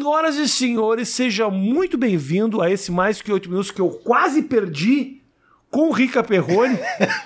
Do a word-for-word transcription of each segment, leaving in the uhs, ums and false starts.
Senhoras e senhores, seja muito bem-vindo a esse Mais Que Oito Minutos que eu quase perdi com o Rica Perrone,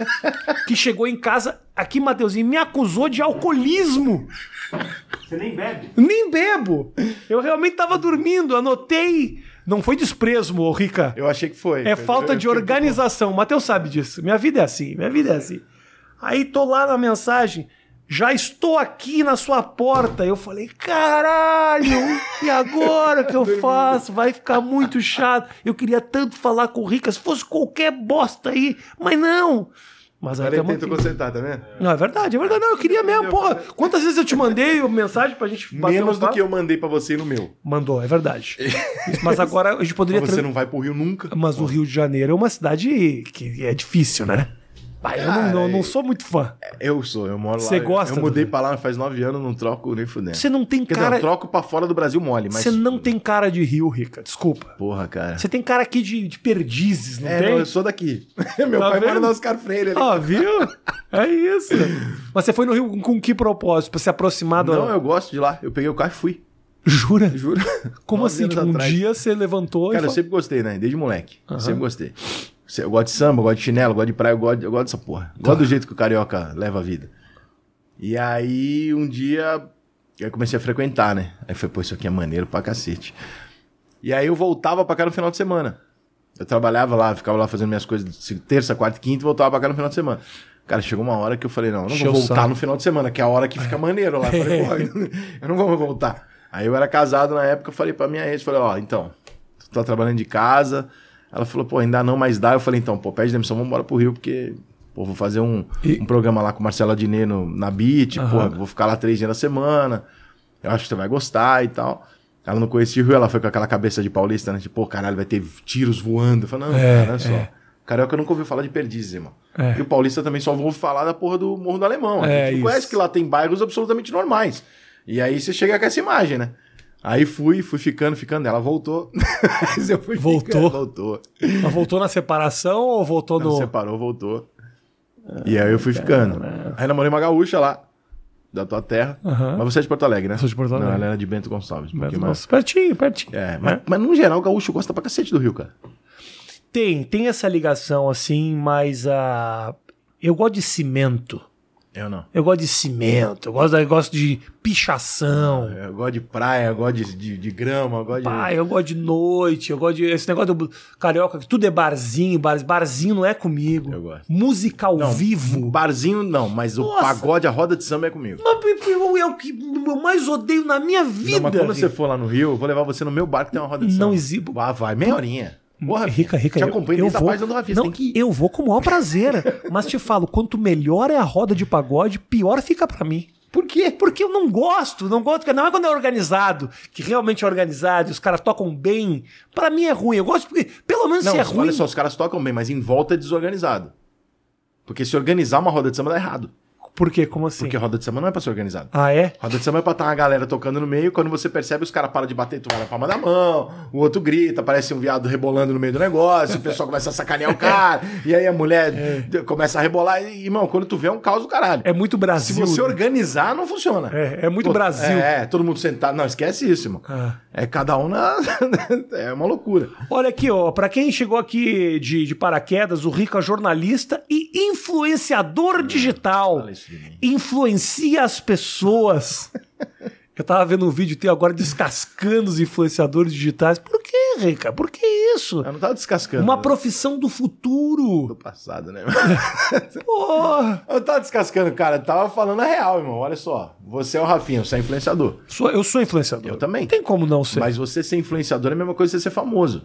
que chegou em casa aqui, Mateuzinho, me acusou de alcoolismo. Você nem bebe? Nem bebo. Eu realmente tava dormindo, anotei. Não foi desprezo, ô Rica. Eu achei que foi. É falta de organização. O Matheus sabe disso. Minha vida é assim, minha vida é assim. Aí tô lá na mensagem, já estou aqui na sua porta. Eu falei, caralho, e agora o que eu faço? Vai ficar muito chato. Eu queria tanto falar com o Rica, se fosse qualquer bosta aí, mas não. Mas aí ele tenta consertar, tá vendo? Não, é verdade, é verdade. Não, eu queria mesmo, porra. Quantas vezes eu te mandei mensagem pra gente bater Menos um do papo? que eu mandei pra você no meu. Mandou, é verdade. Mas agora a gente poderia... Mas você tra- não vai pro Rio nunca. Mas o Rio de Janeiro é uma cidade que é difícil, né? Ah, eu não, não, não sou muito fã. Eu sou, eu moro lá. Você gosta Eu mudei do- pra lá faz nove anos, não troco nem fudendo. Você não tem Quer cara... dizer, eu troco pra fora do Brasil mole, mas... Você não tem cara de Rio, Rica, desculpa. Porra, cara. Você tem cara aqui de, de Perdizes, não É, tem? não, eu sou daqui. Meu Tá pai vendo? mora no Oscar Freire ali. Ó, viu? É isso. Mas você foi no Rio com que propósito? Pra se aproximar do... Não, eu gosto de lá. Eu peguei o carro e fui. Jura? Juro. Como Nove assim? anos Tipo, um atrás. dia você levantou Cara, e eu falou... sempre gostei, né? Desde moleque. Aham. Sempre gostei. Eu gosto de samba, eu gosto de chinelo, eu gosto de praia, eu gosto, eu gosto dessa porra. Eu gosto do jeito que o carioca leva a vida. E aí, um dia, eu comecei a frequentar, né? Aí foi, pô, isso aqui é maneiro pra cacete. E aí eu voltava pra cá no final de semana. Eu trabalhava lá, ficava lá fazendo minhas coisas de terça, quarta e quinta e voltava pra cá no final de semana. Cara, chegou uma hora que eu falei, não, eu não Encheu vou o voltar saco. no final de semana, que é a hora que fica maneiro lá. Eu falei, pô, eu não vou voltar. Aí eu era casado na época, eu falei pra minha ex, falei, ó, então, tu tá trabalhando de casa... Ela falou, pô, ainda não, mas dá. Eu falei, então, pô, pede demissão, vamos embora pro Rio, porque, pô, vou fazer um, E- um programa lá com o Marcelo Adnet no, na Beat, Aham. pô, vou ficar lá três dias na semana, eu acho que você vai gostar e tal. Ela não conhecia o Rio, ela foi com aquela cabeça de paulista, né? Tipo, pô, caralho, vai ter tiros voando. Eu falei, não, É, cara, olha só. é. Carioca nunca ouviu falar de Perdizes, irmão. É. E o paulista também só ouviu falar da porra do Morro do Alemão. É, a gente isso. conhece que lá tem bairros absolutamente normais. E aí você chega com essa imagem, né? Aí fui, fui ficando, ficando. Ela voltou. Mas eu fui Voltou? ficando, voltou. Mas voltou na separação ou voltou Ela no... separou, voltou. E aí eu fui ficando. Aí namorei uma gaúcha lá, da tua terra. Aham. Mas você é de Porto Alegre, né? Eu sou de Porto Alegre. Não, ela era de Bento Gonçalves. Um Mas, pouquinho mais. nossa, pertinho, pertinho. É, mas, mas no geral o gaúcho gosta pra cacete do Rio, cara. Tem, tem essa ligação assim, mas a... eu gosto de cimento. Eu não. Eu gosto de cimento, eu gosto, eu gosto de pichação. Eu gosto de praia, eu gosto de, de, de grama, eu gosto Pai, de... eu gosto de noite, eu gosto de. Esse negócio do carioca, que tudo é barzinho, bar, barzinho não é comigo. Eu gosto. Música ao Não, vivo. barzinho não, mas o Nossa. pagode, a roda de samba é comigo. Mas eu- é o que eu mais odeio na minha vida. Não, mas quando você Rica. for lá no Rio, eu vou levar você no meu bar que tem uma roda de Não samba. exibo. Ah, vai, meia horinha. Porra, Rica, Rica, te eu, acompanho eu desde a vou. página do Rafinha, Não, você tem que ir. eu vou com o maior prazer. Mas te falo, quanto melhor é a roda de pagode, pior fica pra mim. Por quê? Porque eu não gosto, não gosto, porque não é quando é organizado, que realmente é organizado, e os caras tocam bem. Pra mim é ruim. Eu gosto porque, pelo menos Não, se é ruim. olha só, os caras tocam bem, mas em volta é desorganizado. Porque se organizar uma roda de samba dá errado. Por quê? Como assim? Porque roda de samba não é pra ser organizado. Ah, é? Roda de samba é pra estar uma galera tocando no meio, quando você percebe, os caras param de bater, tu vai na palma da mão, o outro grita, parece um viado rebolando no meio do negócio, o pessoal começa a sacanear o cara, e aí a mulher começa a rebolar, e, irmão, quando tu vê é um caos do caralho. É muito Se Brasil. você né? organizar, não funciona. É, é muito Brasil. É, todo mundo sentado. Não, esquece isso, irmão. Ah. É cada um na... é uma loucura. Olha aqui, ó, pra quem chegou aqui de, de paraquedas, o Rica é jornalista e influenciador digital. fala isso de mim. Influencia as pessoas. Eu tava vendo um vídeo teu agora descascando os influenciadores digitais. Por que, Rica? Por que isso? Eu não tava descascando. Uma né? profissão do futuro. Do passado, né? Porra. Eu tava descascando, cara. Eu tava falando a real, irmão. Olha só. Você é o Rafinha, você é influenciador. Sou- eu sou influenciador. Eu também. Não tem como não ser. Mas você ser influenciador é a mesma coisa que você ser famoso.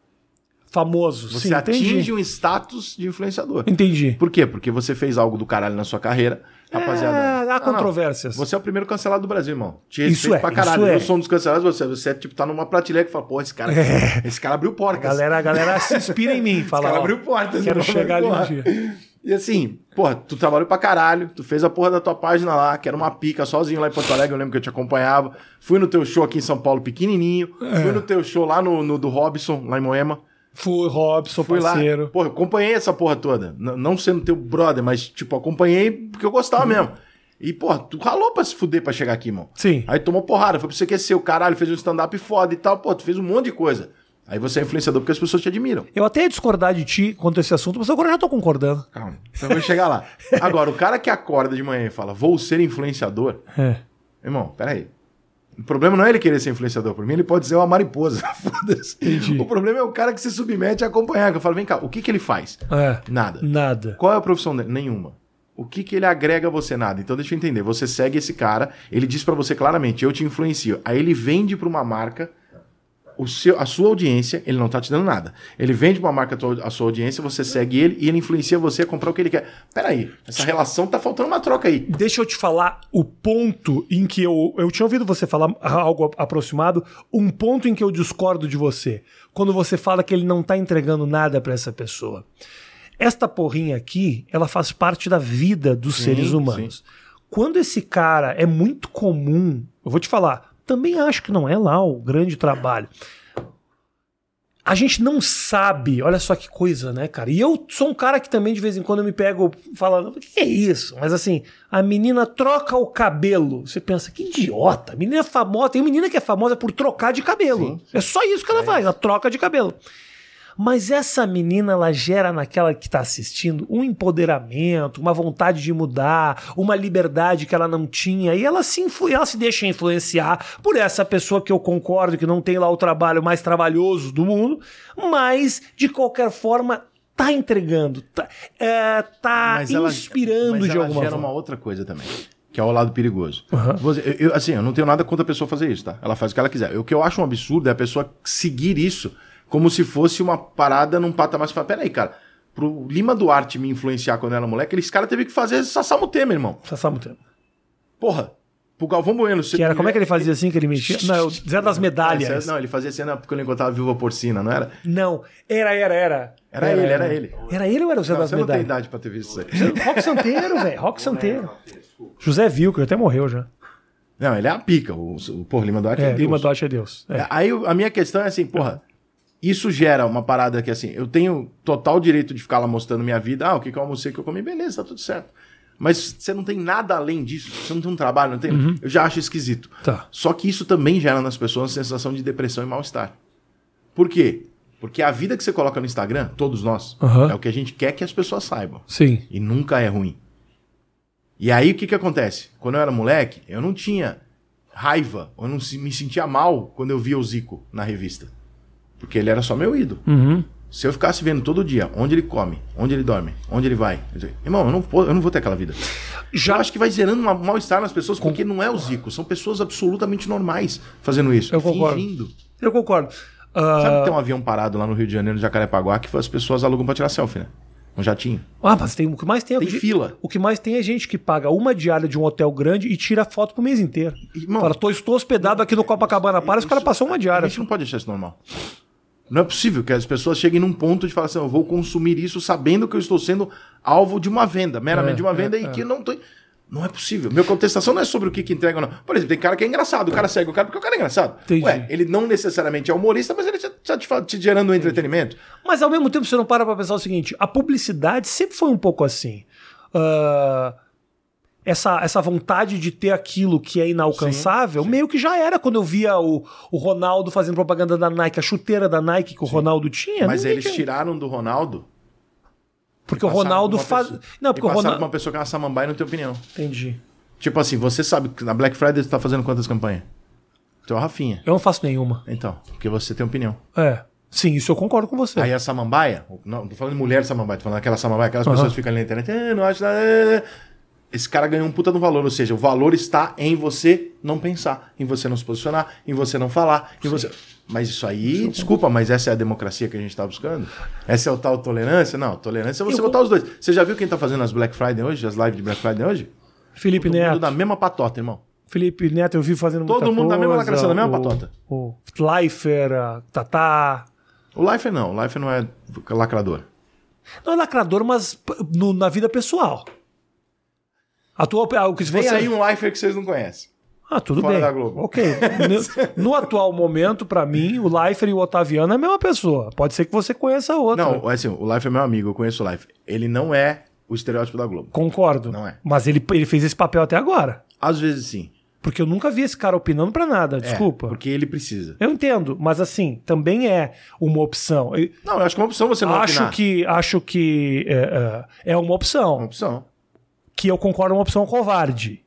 Famoso. Você Sim, atinge entendi. um status de influenciador. Entendi. Por quê? Porque você fez algo do caralho na sua carreira. Rapaziada. É, há Não, não. controvérsias. Você é o primeiro cancelado do Brasil, irmão. Te Isso respeito é, pra caralho. isso é. Eu sou um dos cancelados, você. Você, tipo, tá numa prateleira que fala, pô, esse cara, esse cara abriu A portas. galera, a galera se inspira em mim. Fala, Esse cara ó, abriu portas. quero irmão, chegar ali um porra. dia. E assim, porra, tu trabalhou pra caralho, tu fez a porra da tua página lá, que era uma pica, sozinho lá em Porto Alegre, eu lembro que eu te acompanhava. Fui no teu show aqui em São Paulo, pequenininho. É. Fui no teu show lá no, no do Robson, lá em Moema. Fui, Robson, Fui parceiro. lá, porra, eu acompanhei essa porra toda. N- não sendo teu brother, mas, tipo, acompanhei porque eu gostava mesmo. E, porra, tu ralou pra se fuder pra chegar aqui, irmão. Sim. Aí tomou porrada, foi pra você aquecer o caralho, fez um stand-up foda e tal, pô, tu fez um monte de coisa. Aí você é influenciador porque as pessoas te admiram. Eu até ia discordar de ti quanto a esse assunto, mas agora eu já tô concordando. Calma, então eu vou chegar lá. Agora, o cara que acorda de manhã e fala, vou ser influenciador, É. irmão, peraí. O problema não é ele querer ser influenciador. Por mim, ele pode ser uma mariposa. Foda-se. Entendi. O problema é o cara que se submete a acompanhar. Que eu falo, vem cá, o que, que ele faz? É. Nada. Nada. Qual é a profissão dele? Nenhuma. O que, que ele agrega a você? Nada. Então deixa eu entender. Você segue esse cara, ele diz pra você claramente, eu te influencio. Aí ele vende pra uma marca o seu, a sua audiência, ele não tá te dando nada. Ele vende pra uma marca a, tua, a sua audiência, você segue ele e ele influencia você a comprar o que ele quer. Peraí, essa relação tá faltando uma troca aí. Deixa eu te falar o ponto em que eu... Eu tinha ouvido você falar algo aproximado, um ponto em que eu discordo de você. Quando você fala que ele não tá entregando nada pra essa pessoa. Esta porrinha aqui, ela faz parte da vida dos Sim, seres humanos. sim. Quando esse cara é muito comum, eu vou te falar, também acho que não é lá o grande trabalho. A gente não sabe, olha só que coisa, né, cara? E eu sou um cara que também de vez em quando eu me pego falando, o que é isso? Mas assim, a menina troca o cabelo. Você pensa, que idiota. A menina é famosa, tem menina que é famosa por trocar de cabelo. Sim. É só isso que ela É faz, isso. ela troca de cabelo. Mas essa menina, ela gera naquela que está assistindo um empoderamento, uma vontade de mudar, uma liberdade que ela não tinha, e ela se, influ- ela se deixa influenciar por essa pessoa que eu concordo que não tem lá o trabalho mais trabalhoso do mundo, mas, de qualquer forma, tá entregando, tá, é, tá Mas ela- inspirando mas de ela alguma gera forma. uma outra coisa também, que é o lado perigoso. Uhum. Você- eu- eu- assim, eu não tenho nada contra a pessoa fazer isso, tá? Ela faz o que ela quiser. O que eu acho um absurdo é a pessoa seguir isso como se fosse uma parada num patamar. Você fala, peraí, cara, pro Lima Duarte me influenciar quando eu era moleque, esse cara teve que fazer Sassamo Temer, irmão. Sassamo Temer. Porra, pro Galvão Bueno. Que era, como é que ele fazia assim, que ele mexia? Não, o Zé das Medalhas. Não, ele fazia cena porque ele encontrava a viúva porcina, não era? Não, era, era, era. Era ele, era ele. Era ele ou era o Zé Não, das você não tem Medalhas? idade pra ter visto isso aí. Rock Santeiro, velho. Rock Santeiro. José Vilker até morreu já. Não, ele é a pica. O, o porra, Lima Duarte é, É, Deus. Lima Duarte é Deus. É. Aí a minha questão é assim, porra, isso gera uma parada que assim, eu tenho total direito de ficar lá mostrando minha vida, ah, o que que eu almocei, o que eu comi, beleza, tá tudo certo. Mas você não tem nada além disso, você não tem um trabalho, não tem. Uhum. Eu já acho esquisito. Tá. Só que isso também gera nas pessoas uma sensação de depressão e mal-estar. Por quê? Porque a vida que você coloca no Instagram, todos nós, Uhum. é o que a gente quer que as pessoas saibam. Sim. E nunca é ruim. E aí o que que acontece? Quando eu era moleque, eu não tinha raiva, eu não se- me sentia mal quando eu via o Zico na revista. Porque ele era só meu ídolo. Uhum. Se eu ficasse vendo todo dia onde ele come, onde ele dorme, onde ele vai, eu dizer, irmão, eu não, vou, eu não vou ter aquela vida. Já Eu acho que vai gerando um mal-estar nas pessoas, porque não é o Zico, são pessoas absolutamente normais fazendo isso. Eu concordo. Fingindo. Eu concordo. Sabe Ah, que tem um avião parado lá no Rio de Janeiro, no Jacarepaguá, que as pessoas alugam pra tirar selfie, né? Um jatinho. ah, mas tem, o que mais tem, é Tem o que- fila. O que mais tem é gente que paga uma diária de um hotel grande e tira foto pro mês inteiro. Irmão, Fala, tô, estou hospedado aqui no Copacabana Palace, o cara passou uma A diária. gente não pode achar isso normal. Não é possível que as pessoas cheguem num ponto de falar assim, eu vou consumir isso sabendo que eu estou sendo alvo de uma venda, meramente É, de uma venda, é, e é. que eu não tô... Não é possível. Minha contestação não é sobre o que, que entrega ou não. Por exemplo, tem cara que é engraçado, o cara segue o cara porque o cara é engraçado. Entendi. Ué, ele não necessariamente é humorista, mas ele está te, te gerando um entretenimento. Mas ao mesmo tempo você não para pra pensar o seguinte, a publicidade sempre foi um pouco assim. Ah, essa, essa vontade de ter aquilo que é inalcançável, Sim, sim. meio que já era quando eu via o, o Ronaldo fazendo propaganda da Nike, a chuteira da Nike que o Ronaldo tinha. Mas ninguém eles tinha. tiraram do Ronaldo. Porque o passaram Ronaldo pra uma faz. pessoa- Não, e porque o passaram pra Ronaldo. uma pessoa que é uma samambaia e não tem opinião. Entendi. Tipo assim, você sabe que na Black Friday você tá fazendo quantas campanhas? Tu é o Rafinha. Eu não faço nenhuma. Então, porque você tem opinião. É. Sim, isso eu concordo com você. Aí a samambaia, não, não tô falando de mulher samambaia, tô falando daquela samambaia, aquelas Aham. pessoas que ficam ali na internet, ah, não acho nada. eh, eh." Esse cara ganhou um puta no valor, ou seja, o valor está em você não pensar, em você não se posicionar, em você não falar, em você. Mas isso aí, desculpa, mas essa é a democracia que a gente tá buscando? Essa é o tal tolerância? Não, tolerância é você Eu- botar os dois. Você já viu quem tá fazendo as Black Friday hoje, as lives de Black Friday hoje? Felipe Todo mundo Neto. da mesma patota, irmão. Felipe Neto, eu vi fazendo Todo muita mundo da coisa. mesma lacração, da mesma o, patota. O Leifert, a Tatá. O Life não, o Life não é lacrador. Não é lacrador, mas p- no- na vida pessoal. A tua, ah, o que se Vem você... aí um Lifer que vocês não conhecem. Ah, tudo fora bem. da Globo. Ok. No, no atual momento, pra mim, o Leifert e o Otaviano é a mesma pessoa. Pode ser que você conheça a outra. Não, assim, o Life é meu amigo, eu conheço o Life. Ele não é o estereótipo da Globo. Concordo. Não é. Mas ele, ele fez esse papel até agora. Às vezes sim. Porque eu nunca vi esse cara opinando pra nada, desculpa. É, porque ele precisa. Eu entendo, mas assim, também é uma opção. Eu, Não, eu acho que é uma opção você não acho opinar. que Acho que é, é, é uma opção. Uma opção. Que eu concordo, é uma opção covarde.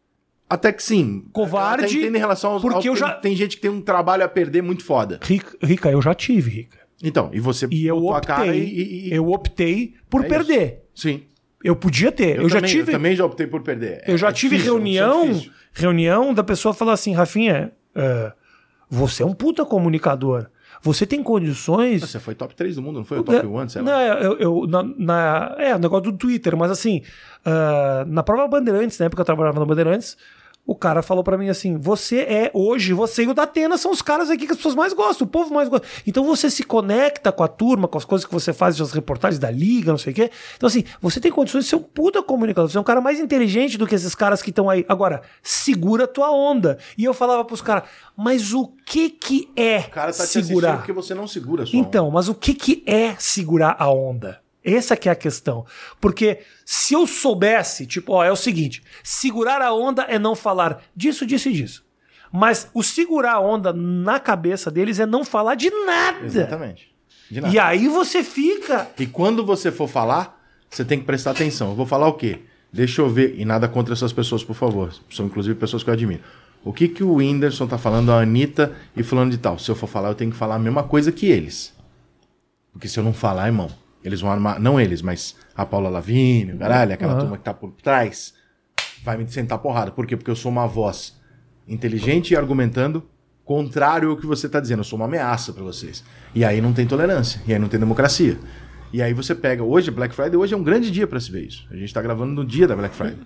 Até que sim. Covarde, eu até entendo em relação aos... porque aos, eu já- Tem gente que tem um trabalho a perder muito foda. Rica, Rica, eu já tive, Rica. Então, e você E eu botou a optei, cara e... e- e- eu optei por É perder. Sim. Eu podia ter. Eu, Eu, já também, tive. eu também já optei por perder. Eu já É tive difícil, é uma opção reunião, difícil. reunião da pessoa falar assim, Rafinha, é, você é um puta comunicador. Você tem condições. Você foi top três do mundo, não foi? O top um, sei lá. Não, eu, eu- na, na- é, o negócio do Twitter, mas assim, ah, na própria Bandeirantes, na época que eu trabalhava na Bandeirantes, o cara falou pra mim assim: você é hoje, você e o Datena são os caras aqui que as pessoas mais gostam, o povo mais gosta. Então você se conecta com a turma, com as coisas que você faz, as reportagens da Liga, não sei o quê. Então, assim, você tem condições de ser um puta comunicador, você é um cara mais inteligente do que esses caras que estão aí. Agora, segura a tua onda. E eu falava pros caras, mas o que que é O cara tá te segurar? assistindo porque você não segura a sua onda. Então, mas o que, que é segurar a onda? Essa que é a questão. Porque se eu soubesse, tipo, ó, é o seguinte, segurar a onda é não falar disso, disso e disso. Mas o segurar a onda na cabeça deles é não falar de nada. Exatamente. De nada. E aí você fica... E quando você for falar, você tem que prestar atenção. Eu vou falar o quê? Deixa eu ver. E nada contra essas pessoas, por favor. São inclusive pessoas que eu admiro. O que que o Whindersson tá falando, a Anitta e fulano de tal? Se eu for falar, eu tenho que falar a mesma coisa que eles. Porque se eu não falar, irmão, eles vão armar... Não eles, mas a Paula Lavigne, caralho, aquela Uhum. turma que tá por trás, vai me sentar porrada. Por quê? Porque eu sou uma voz inteligente e argumentando contrário ao que você tá dizendo. Eu sou uma ameaça pra vocês. E aí não tem tolerância. E aí não tem democracia. E aí você pega... Hoje, Black Friday, hoje é um grande dia pra se ver isso. A gente tá gravando no dia da Black Friday.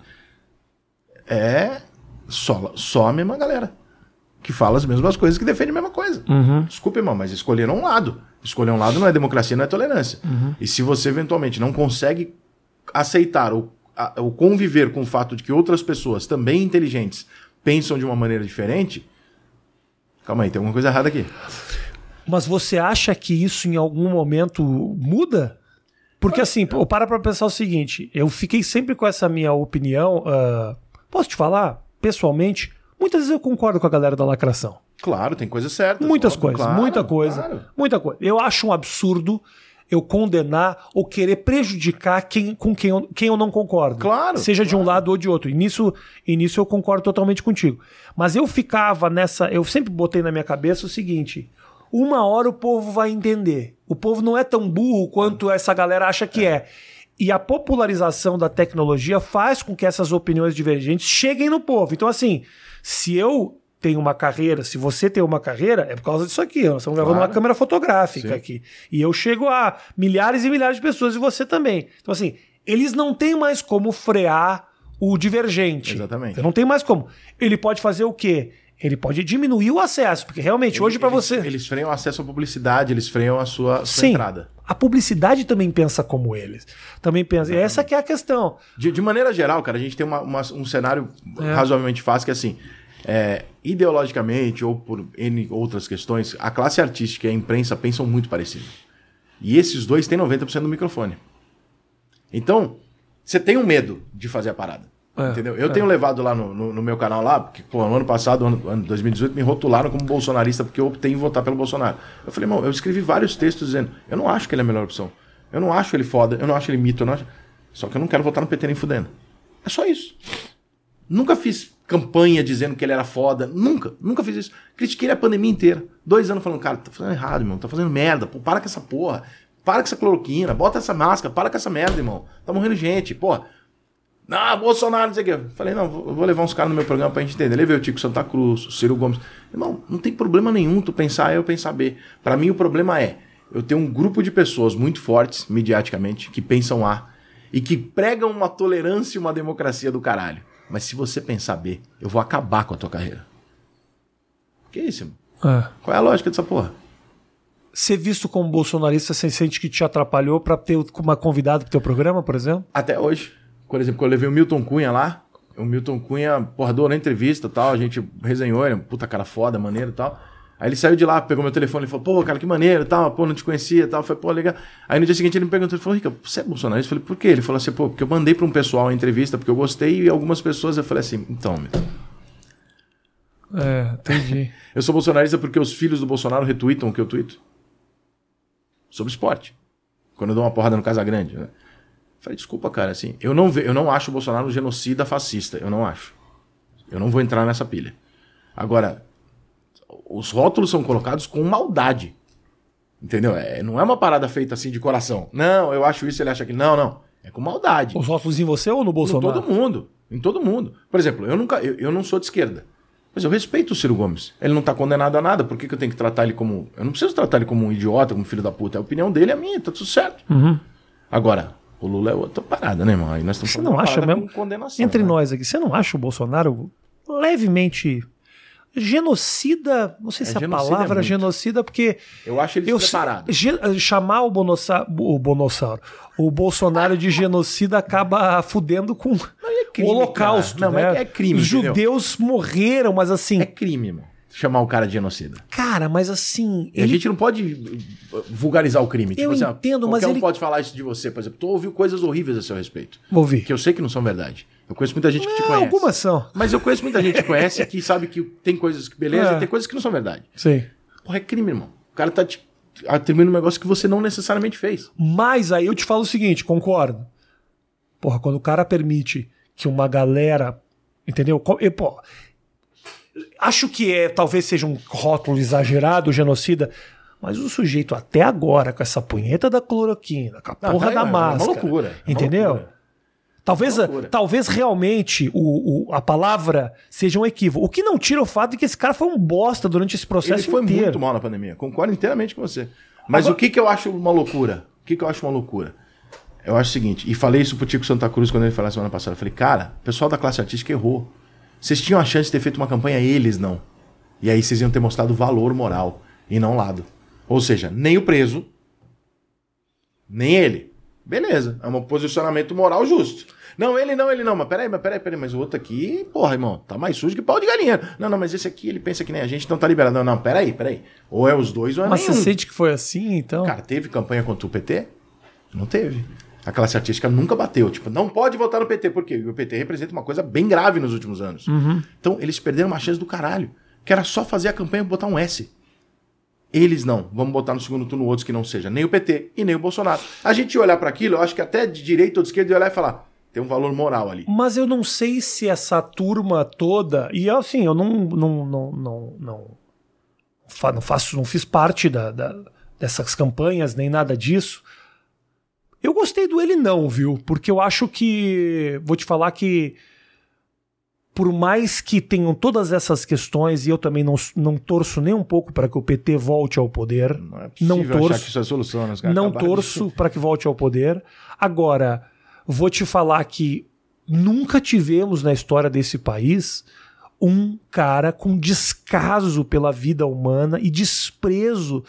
É só, só a mesma galera que fala as mesmas coisas, que defende a mesma coisa. Uhum. Desculpa, irmão, mas escolheram um lado. Escolher um lado não é democracia, não é tolerância. Uhum. E se você eventualmente não consegue aceitar ou, a, ou conviver com o fato de que outras pessoas, também inteligentes, pensam de uma maneira diferente, calma aí, tem alguma coisa errada aqui. Mas você acha que isso em algum momento muda? Porque assim, eu para pra pensar o seguinte, eu fiquei sempre com essa minha opinião, ah, posso te falar, pessoalmente, muitas vezes eu concordo com a galera da lacração. Claro, tem coisas certas. Muitas óbvio, coisas, claro, muita coisa, claro. muita coisa. Eu acho um absurdo eu condenar ou querer prejudicar quem, com quem eu, quem eu não concordo. Claro, Seja de um claro. lado ou de outro. E nisso, e nisso eu concordo totalmente contigo. Mas eu ficava nessa... Eu sempre botei na minha cabeça o seguinte... Uma hora o povo vai entender. O povo não é tão burro quanto essa galera acha que é. E a popularização da tecnologia faz com que essas opiniões divergentes cheguem no povo. Então, assim, se eu tenho uma carreira, se você tem uma carreira, é por causa disso aqui. Nós estamos gravando Claro. uma câmera fotográfica Sim. aqui. E eu chego a milhares e milhares de pessoas e você também. Então, assim, eles não têm mais como frear o divergente. Exatamente. Não tem mais como. Ele pode fazer o quê? Ele pode diminuir o acesso, porque realmente hoje para Eles- você... Eles freiam o acesso à publicidade, eles freiam a sua, sua Sim, entrada. a publicidade também pensa como eles. Também pensa. E essa que é a questão. De, de maneira geral, cara, a gente tem uma- uma- um cenário É. razoavelmente fácil que, assim, é, ideologicamente ou por N outras questões, a classe artística e a imprensa pensam muito parecido. E esses dois têm noventa por cento do microfone. Então, você tem um medo de fazer a parada. É, Entendeu? Eu é. tenho levado lá no, no- no meu canal lá, porque pô, no ano passado, ano, ano dois mil e dezoito, me rotularam como bolsonarista porque eu optei em votar pelo Bolsonaro. Eu falei, irmão, eu escrevi vários textos dizendo, eu não acho que ele é a melhor opção. Eu não acho ele foda, eu não acho ele mito, eu não acho... Só que eu não quero votar no P T nem fudendo. É só isso. Nunca fiz campanha dizendo que ele era foda. Nunca, nunca fiz isso. Critiquei ele a pandemia inteira. Dois anos falando, cara, tá fazendo errado, irmão. Tá fazendo merda. Pô, para com essa porra. Para com essa cloroquina. Bota essa máscara. Para com essa merda, irmão. Tá morrendo gente. Pô. Ah, Bolsonaro, não sei o quê. Falei, não, vou, vou levar uns caras no meu programa pra gente entender. Levei o Tico Santa Cruz, o Ciro Gomes. Irmão, não tem problema nenhum tu pensar A e eu pensar B. Pra mim o problema é, eu tenho um grupo de pessoas muito fortes, mediaticamente, que pensam A e que pregam uma tolerância e uma democracia do caralho. Mas se você pensar B, eu vou acabar com a tua carreira. Que isso, irmão? É. Qual é a lógica dessa porra? Ser visto como bolsonarista, você sente que te atrapalhou pra ter uma convidada pro teu programa, por exemplo? Até hoje. Por exemplo, quando eu levei o Milton Cunha lá, o Milton Cunha, porra, adorou a entrevista e tal, a gente resenhou, ele é um puta cara foda, maneiro e tal. Aí ele saiu de lá, pegou meu telefone e falou, pô, cara, que maneiro, tal, pô, não te conhecia, tal. Eu falei, pô, legal. Aí no dia seguinte ele me perguntou, ele falou, Rica, você é bolsonarista? Eu falei, por quê? Ele falou assim, pô, porque eu mandei pra um pessoal a entrevista, porque eu gostei, e algumas pessoas, eu falei assim, então, meu... É, entendi. Eu sou bolsonarista porque os filhos do Bolsonaro retweetam o que eu tweeto. Sobre esporte. Quando eu dou uma porrada no Casagrande, né? Falei, desculpa, cara, assim, eu não, ve- eu não acho o Bolsonaro um genocida fascista, eu não acho. Eu não vou entrar nessa pilha. Agora, os rótulos são colocados com maldade. Entendeu? É, não é uma parada feita assim de coração. Não, eu acho isso, ele acha que não, não. É com maldade. Os rótulos em você ou no Em Bolsonaro? todo mundo. Em todo mundo. Por exemplo, eu, nunca, eu, eu não sou de esquerda. Mas eu respeito o Ciro Gomes. Ele não está condenado a nada. Por que, que eu tenho que tratar ele como... Eu não preciso tratar ele como um idiota, como filho da puta. A opinião dele é a minha, tá tudo certo. Uhum. Agora, o Lula é outra parada, né, irmão? Aí nós estamos Você falando não de uma acha parada mesmo? com condenação, Entre né? nós aqui, você não acha o Bolsonaro levemente genocida? Não sei É, se a genocida palavra é muito. genocida, porque Eu acho ele eu despreparado. ge- chamar o Bonossauro, o Bonossauro, o Bolsonaro de genocida acaba fudendo com é crime, o Holocausto, cara. Não, né? mas é crime, Os entendeu? judeus morreram, mas assim, É crime, irmão. Chamar o cara de genocida. cara, mas assim, E a ele gente não pode uh, vulgarizar o crime. Eu assim, ó, entendo, mas qualquer um ele- pode falar isso de você. Por exemplo, tu ouviu coisas horríveis a seu respeito. vou ver. Que eu sei que não são verdade. Eu conheço muita gente que te Ah, conhece. algumas são. Mas eu conheço muita gente que conhece que sabe que tem coisas que beleza É. e tem coisas que não são verdade. Sim. Porra, é crime, irmão. O cara tá te atribuindo um negócio que você não necessariamente fez. Mas aí eu te falo o seguinte, concordo. Porra, quando o cara permite que uma galera, entendeu? Co- e, pô, acho que é, talvez seja um rótulo exagerado, genocida, mas o sujeito até agora, com essa punheta da cloroquina, com a Não, porra tá aí, da é uma máscara, loucura, é uma entendeu? loucura. Talvez, É uma loucura. talvez realmente o, o- a palavra seja um equívoco. O que não tira o fato de que esse cara foi um bosta durante esse processo Ele foi inteiro. muito mal na pandemia. Concordo inteiramente com você. Mas Agora- o que, que eu acho uma loucura? O que, que eu acho uma loucura? Eu acho o seguinte, e falei isso pro Tico Santa Cruz quando ele falou na semana passada. Eu falei, cara, o pessoal da classe artística errou. Vocês tinham a chance de ter feito uma campanha, eles não. E aí vocês iam ter mostrado valor moral e não lado. Ou seja, nem o preso, nem ele. Beleza, é um posicionamento moral justo. Não, ele não, ele não, mas peraí, mas peraí, peraí, mas o outro aqui, porra, irmão, tá mais sujo que pau de galinha. Não, não, mas esse aqui, ele pensa que nem a gente, então tá liberado. Não, não, peraí, peraí. Ou é os dois ou é Mas nenhum. você sente que foi assim, então? Cara, teve campanha contra o P T? Não teve. A classe artística nunca bateu. Tipo, não pode votar no P T. Por quê? Porque o P T representa uma coisa bem grave nos últimos anos. Uhum. Então, eles perderam uma chance do caralho. Que era só fazer a campanha e botar um S. Eles não. Vamos botar no segundo turno outros que não seja nem o P T e nem o Bolsonaro. A gente ia olhar para aquilo, eu acho que até de direita ou de esquerda ia olhar e falar, tem um valor moral ali. Mas eu não sei se essa turma toda. E assim, eu não. não, não, não, não, fa- não faço, não fiz parte da, da- dessas campanhas, nem nada disso. Eu gostei do ele não, viu? Porque eu acho que. Vou te falar que. Por mais que tenham todas essas questões, e eu também não, não torço nem um pouco para que o P T volte ao poder. Não é Não possível torço. achar que isso é solução, né? Os caras Não acabaram torço de- para que volte ao poder. Agora, vou te falar que nunca tivemos na história desse país um cara com descaso pela vida humana e desprezo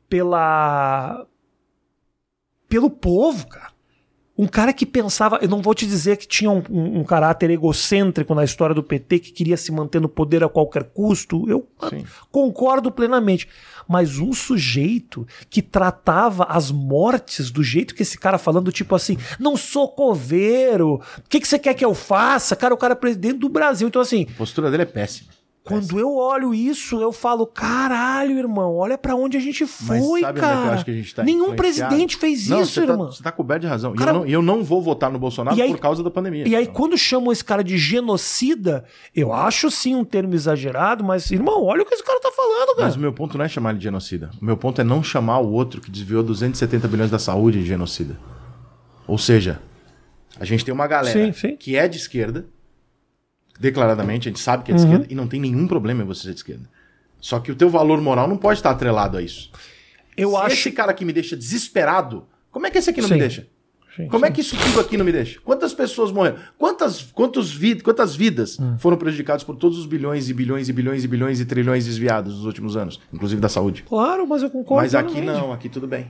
pela pelo povo, cara. Um cara que pensava, eu não vou te dizer que tinha um, um- um caráter egocêntrico na história do P T, que queria se manter no poder a qualquer custo, eu Sim. concordo plenamente. Mas um sujeito que tratava as mortes do jeito que esse cara falando, tipo assim, não sou coveiro, o que, que você quer que eu faça? Cara, o cara é presidente do Brasil. Então assim, A postura dele é péssima. quando eu olho isso, eu falo, caralho, irmão, olha pra onde a gente Mas foi, sabe onde é que eu cara. acho que a gente tá Nenhum influenciado? presidente fez Não, isso, você tá, irmão. você tá coberto de razão. E Cara, eu, não, e eu não vou votar no Bolsonaro E aí- por causa da pandemia. E aí, quando chamam esse cara de genocida, eu acho sim um termo exagerado, mas, irmão, olha o que esse cara tá falando, cara. Mas o meu ponto não é chamar ele de genocida. O meu ponto é não chamar o outro que desviou duzentos e setenta bilhões da saúde de genocida. Ou seja, a gente tem uma galera Sim, sim. que é de esquerda, declaradamente, a gente sabe que é de Uhum. esquerda, e não tem nenhum problema em você ser de esquerda. Só que o teu valor moral não pode estar atrelado a isso. Eu Se acho. esse cara aqui me deixa desesperado, como é que esse aqui não Sim. me deixa? Sim, Como é sim. que isso tudo aqui não me deixa? Quantas pessoas morreram? Quantas, quantos vid quantas vidas Hum. foram prejudicadas por todos os bilhões e bilhões e bilhões e bilhões e trilhões desviados nos últimos anos, inclusive da saúde? Claro, mas eu concordo. Mas aqui plenamente. não, aqui tudo bem.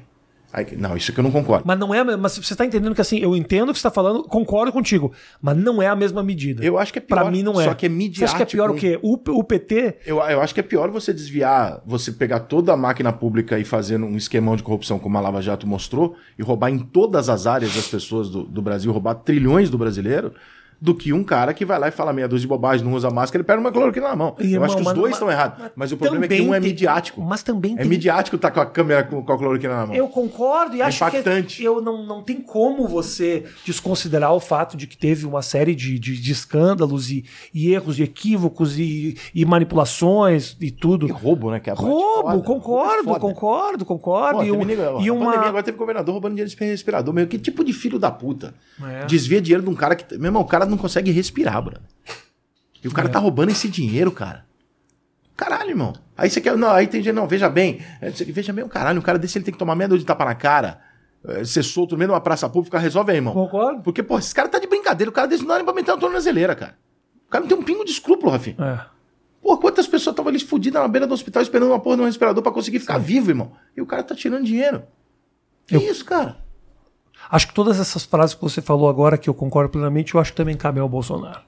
Aí, não, isso que eu não concordo. Mas não é. Mas você tá entendendo que assim, eu entendo o que você tá falando, concordo contigo, mas não é a mesma medida. Eu acho que é pior. Pra mim não é. Só que é midiático. Você acha que é pior o quê? O, o P T. Eu, eu acho que é pior você desviar, você pegar toda a máquina pública e fazer um esquemão de corrupção, como a Lava Jato mostrou, e roubar em todas as áreas das pessoas do, do Brasil, roubar trilhões do brasileiro, do que um cara que vai lá e fala meia dúzia de bobagem, não usa máscara, ele pega uma cloroquina na mão. E, eu irmão, acho que os mas, dois mas, estão errados. Mas, mas o problema é que um é tem, midiático. Mas também é tem... midiático tá com a câmera com, com a cloroquina na mão. Eu concordo e é acho impactante. que eu não, não tem como você desconsiderar o fato de que teve uma série de, de, de escândalos e, e erros e equívocos e, e manipulações e tudo. E roubo, né? Que é a roubo, foda. concordo, Foda. concordo, concordo. Pô, e, um, nego, e a uma... pandemia agora teve governador roubando dinheiro de respirador. Meu, que tipo de filho da puta? É. Desvia dinheiro de um cara que... Meu irmão, o cara não consegue respirar, brother. E o cara é. tá roubando esse dinheiro, cara. Caralho, irmão. Aí você quer... Não, aí tem gente... Não, veja bem. Veja bem o caralho. Um cara desse ele tem que tomar meia dúzia de tapa na cara. Ser solto no meio de uma praça pública. Resolve aí, irmão. Concordo. Porque, pô, esse cara tá de brincadeira. O cara desse não era nem pra meter uma tornozeleira, cara. O cara não tem um pingo de escrúpulo, Rafinha. É. Pô, quantas pessoas estavam ali fodidas na beira do hospital esperando uma porra de um respirador pra conseguir ficar Sim. vivo, irmão. E o cara tá tirando dinheiro. Que Eu... isso, cara? Acho que todas essas frases que você falou agora, que eu concordo plenamente, eu acho que também cabem ao Bolsonaro.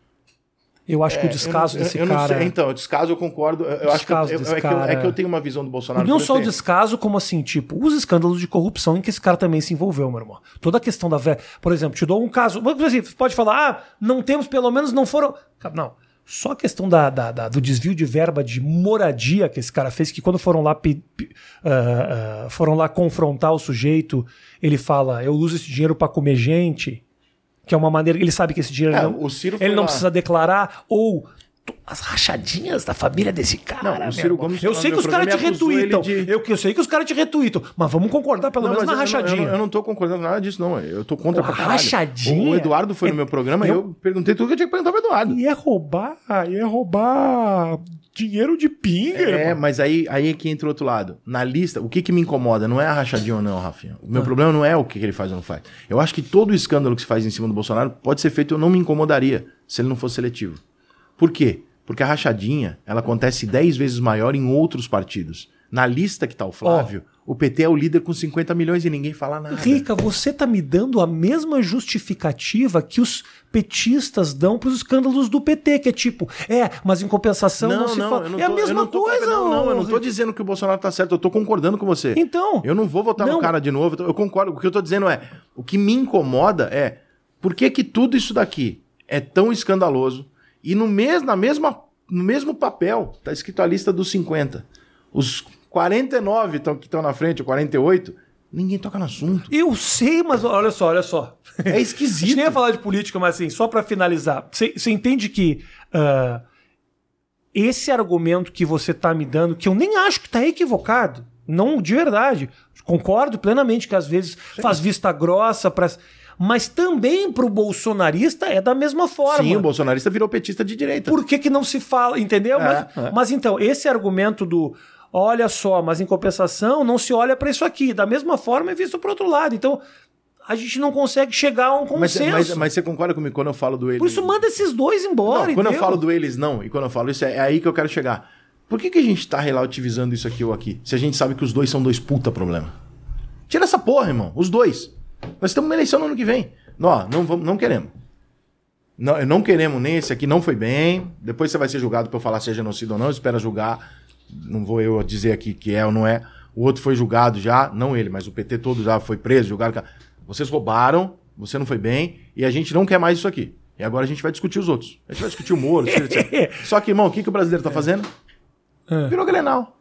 Eu acho é, que o descaso eu não, desse eu, eu cara... Não sei. Então, o descaso eu concordo. Eu acho que, eu, eu, é, que eu, é que eu tenho uma visão do Bolsonaro... E não só o descaso, como assim, tipo, os escândalos de corrupção em que esse cara também se envolveu, meu irmão. Toda a questão da... Ve... Por exemplo, te dou um caso... Você pode falar, ah, não temos, pelo menos não foram... Não. Só a questão da, da, da, do desvio de verba de moradia que esse cara fez, que quando foram lá, pe, pe, uh, uh, foram lá confrontar o sujeito, ele fala, eu uso esse dinheiro para comer gente, que é uma maneira... Ele sabe que esse dinheiro é, não, o Ciro ele não lá. precisa declarar, ou... As rachadinhas da família desse cara. Não, o Ciro Gomes eu sei que os caras te retweetam. De... Eu, eu sei que os caras te retweetam. Mas vamos concordar pelo não, menos na eu rachadinha. Não, eu, não, eu não tô concordando nada disso, não. Eu tô contra pra caralho. Rachadinha? O Eduardo foi é, no meu programa e eu... eu perguntei tudo que eu tinha que perguntar pro Eduardo. E é roubar, e é roubar dinheiro de pinga. É, irmão. mas aí, aí é que entra o outro lado. Na lista, o que que me incomoda não é a rachadinha ou não, Rafinha. O meu ah. problema não é o que ele faz ou não faz. Eu acho que todo o escândalo que se faz em cima do Bolsonaro pode ser feito, eu não me incomodaria se ele não fosse seletivo. Por quê? Porque a rachadinha, ela acontece dez vezes maior em outros partidos. Na lista que tá o Flávio, oh. o P T é o líder com cinquenta milhões e ninguém fala nada. Rica, você tá me dando a mesma justificativa que os petistas dão pros escândalos do P T, que é tipo, é, mas em compensação não, não se não, fala. Não é tô, a mesma tô, coisa. Não, não, eu não tô dizendo que o Bolsonaro tá certo, eu tô concordando com você. Então. Eu não vou votar não. no cara de novo, eu concordo. O que eu tô dizendo é, o que me incomoda é, por que que tudo isso daqui é tão escandaloso e no mes, na mesma... No mesmo papel, tá escrito a lista dos cinquenta. Os quarenta e nove tão, que estão na frente, ou quarenta e oito, ninguém toca no assunto. Eu sei, mas olha só, olha só. É esquisito. A gente nem ia falar de política, mas assim, só pra finalizar. Você entende que uh, esse argumento que você tá me dando, que eu nem acho que tá equivocado, não de verdade, concordo plenamente que às vezes Sim. faz vista grossa pra... Mas também pro bolsonarista é da mesma forma. Sim, o bolsonarista virou petista de direita. Por que que não se fala, entendeu? É, mas, é. mas então, esse argumento do olha só, mas em compensação não se olha para isso aqui. Da mesma forma é visto pro outro lado. Então, a gente não consegue chegar a um consenso. Mas, mas, mas você concorda comigo quando eu falo do eles? Por isso manda esses dois embora. Não, quando entendeu? eu falo do eles não, e quando eu falo isso, é, é aí que eu quero chegar. Por que que a gente tá relativizando isso aqui ou aqui? Se a gente sabe que os dois são dois puta problema. Tira essa porra, irmão. Os dois. Nós temos uma eleição no ano que vem. Não, não, vamos, não queremos. Não, não queremos nem esse aqui, não foi bem. Depois você vai ser julgado por falar se é genocídio ou não. Espera julgar. Não vou eu dizer aqui que é ou não é. O outro foi julgado já, não ele, mas o P T todo já foi preso, julgado. Vocês roubaram, você não foi bem, e a gente não quer mais isso aqui. E agora a gente vai discutir os outros. A gente vai discutir o Moro, etcétera. Só que, irmão, o que, que o brasileiro tá fazendo? É. Virou Grenal.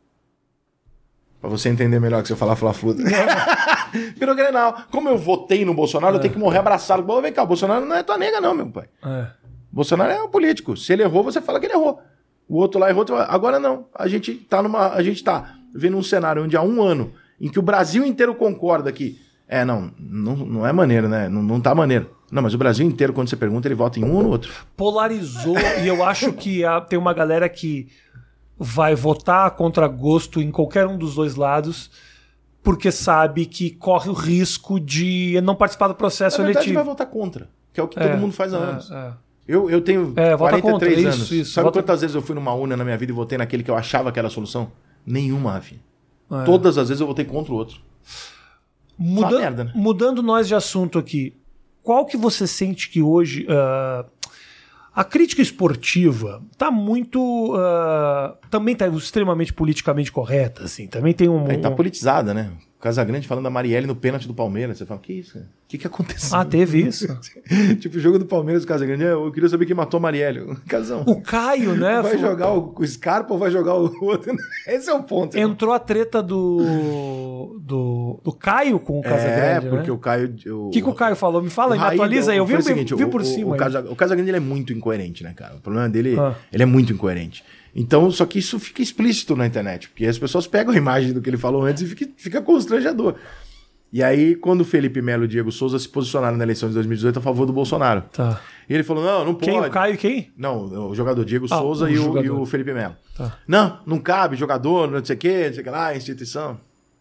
Pra você entender melhor que se eu falar Fla-Flu. Virou Grenal. Como eu votei no Bolsonaro, é. eu tenho que morrer abraçado. Bom, vem cá, o Bolsonaro não é tua nega não, meu pai. É. Bolsonaro é um político. Se ele errou, você fala que ele errou. O outro lá errou. Agora não. A gente tá numa... A gente tá vendo um cenário onde há um ano em que o Brasil inteiro concorda que... É, não, não, não é maneiro, né? Não, não tá maneiro. Não, mas o Brasil inteiro, quando você pergunta, ele vota em um ou no outro. Polarizou. E eu acho que há, tem uma galera que vai votar contra gosto em qualquer um dos dois lados, porque sabe que corre o risco de não participar do processo Na verdade, eletivo. vai votar contra, que é o que é, todo mundo faz há é, anos. É. Eu, eu tenho é, quarenta e três contra, anos. Isso, isso, sabe vota... quantas vezes eu fui numa urna na minha vida e votei naquele que eu achava que era a solução? Nenhuma, Rafinha. É. Todas as vezes eu votei contra o outro. Muda- Só merda, né? Mudando nós de assunto aqui, qual que você sente que hoje uh, a crítica esportiva tá muito uh, também tá extremamente politicamente correta, assim, também tem um, Aí tá um... politizada, né? O Casagrande falando da Marielle no pênalti do Palmeiras. Você fala, que isso? Cara? O que, que aconteceu? Ah, teve isso. Tipo, o jogo do Palmeiras, o Casagrande, eu queria saber quem matou a Marielle. Casão. O Caio, né? Vai foi- jogar o, o Scarpa ou vai jogar o outro? Esse é o ponto. irmão. Entrou a treta do, do, do Caio com o É, Casagrande, porque né? o Caio... O que, que o Caio falou? Me fala, o me Raí- atualiza aí. Eu vi, foi o vi, seguinte, vi o- por o, cima. O, aí. Casa, o Casagrande ele é muito incoerente, né, cara? O problema dele, Ah. ele é muito incoerente. Então, só que isso fica explícito na internet, porque as pessoas pegam a imagem do que ele falou antes e fica, fica constrangedor. E aí, quando o Felipe Melo e o Diego Souza se posicionaram na eleição de dois mil e dezoito a favor do Bolsonaro. Tá. E ele falou, não, não pode. Quem? O Caio e quem? Não, o jogador Diego Ah, Souza o e, o, jogador. e o Felipe Melo. Tá. Não, não cabe jogador, não sei o quê, não sei o que lá, instituição.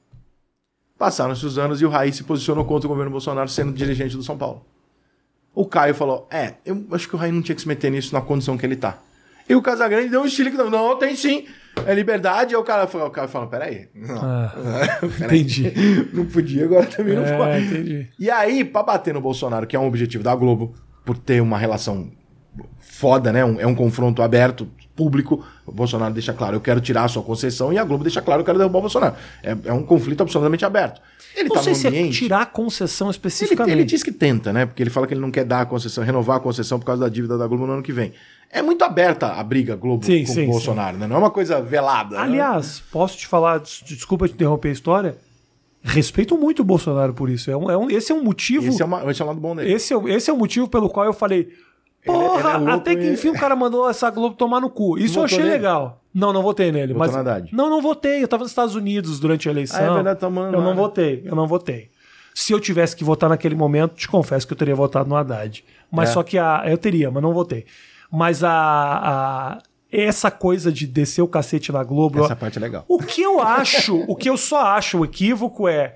Passaram-se os anos e o Raí se posicionou contra o governo Bolsonaro sendo dirigente do São Paulo. O Caio falou, é, eu acho que o Raí não tinha que se meter nisso na condição que ele tá. E o Casagrande deu um estilo que não, não, tem sim, é liberdade. E o cara, o cara falou, peraí, não, Ah, peraí. entendi. Não podia, agora também não É, pode. entendi. E aí, pra bater no Bolsonaro, que é um objetivo da Globo, por ter uma relação foda, né? Um- é um confronto aberto, público. O Bolsonaro deixa claro, eu quero tirar a sua concessão, e a Globo deixa claro, eu quero derrubar o Bolsonaro. É, é um conflito absolutamente aberto. Ele Não tá sei no se é ambiente... tirar a concessão Ele, especificamente. ele diz que tenta, né? Porque ele fala que ele não quer dar a concessão, renovar a concessão por causa da dívida da Globo no ano que vem. É muito aberta a briga Globo Sim, com sim, o Bolsonaro, né? Não é uma coisa velada. né? Aliás, posso te falar, des- desculpa te interromper a história, respeito muito o Bolsonaro por isso. É um, é um, esse é um motivo. Esse é, uma, esse é um lado bom dele. Esse é, o- esse é o motivo pelo qual eu falei. Porra, ele é louco até que e- enfim o cara mandou essa Globo tomar no cu. Isso eu Votou achei nele? legal. Não, não votei nele. Votou mas no Haddad? Não, não votei. Eu tava nos Estados Unidos durante a eleição. Ah, é verdade, tá mandando Eu lá, não né? votei, eu não votei. Se eu tivesse que votar naquele momento, te confesso que eu teria votado no Haddad. Mas É. só que a. Eu teria, mas não votei. Mas a. a essa coisa de descer o cacete na Globo. Essa parte é legal. O que eu acho, o que eu só acho o equívoco é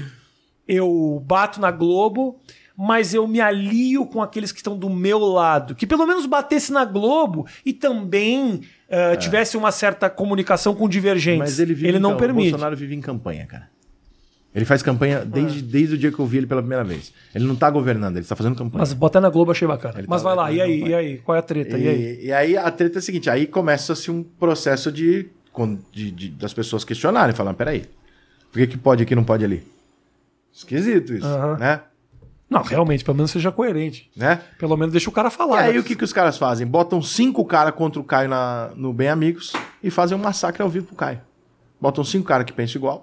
eu bato na Globo, mas eu me alio com aqueles que estão do meu lado. Que pelo menos batesse na Globo e também eh, tivesse uma certa comunicação com divergentes. Mas ele, vive em não cam- permite. O Bolsonaro vive em campanha, cara. Ele faz campanha desde, desde o dia que eu vi ele pela primeira vez. Ele não tá governando, ele tá fazendo campanha. Mas botar na Globo eu achei bacana. Ele Mas tá- vai lá, ele e aí, não e vai. aí? Qual é a treta? E, aí? E, e aí a treta é a seguinte, aí começa-se um processo de, de, de- das pessoas questionarem, falando, peraí, por que, que pode aqui e não pode ali? Esquisito isso, Aham. né? Não, realmente, pelo menos seja coerente. né? Pelo menos deixa o cara E falar. aí né? o que, que os caras fazem? Botam cinco caras contra o Caio na, no Bem Amigos e fazem um massacre ao vivo pro Caio. Botam cinco caras que pensam igual.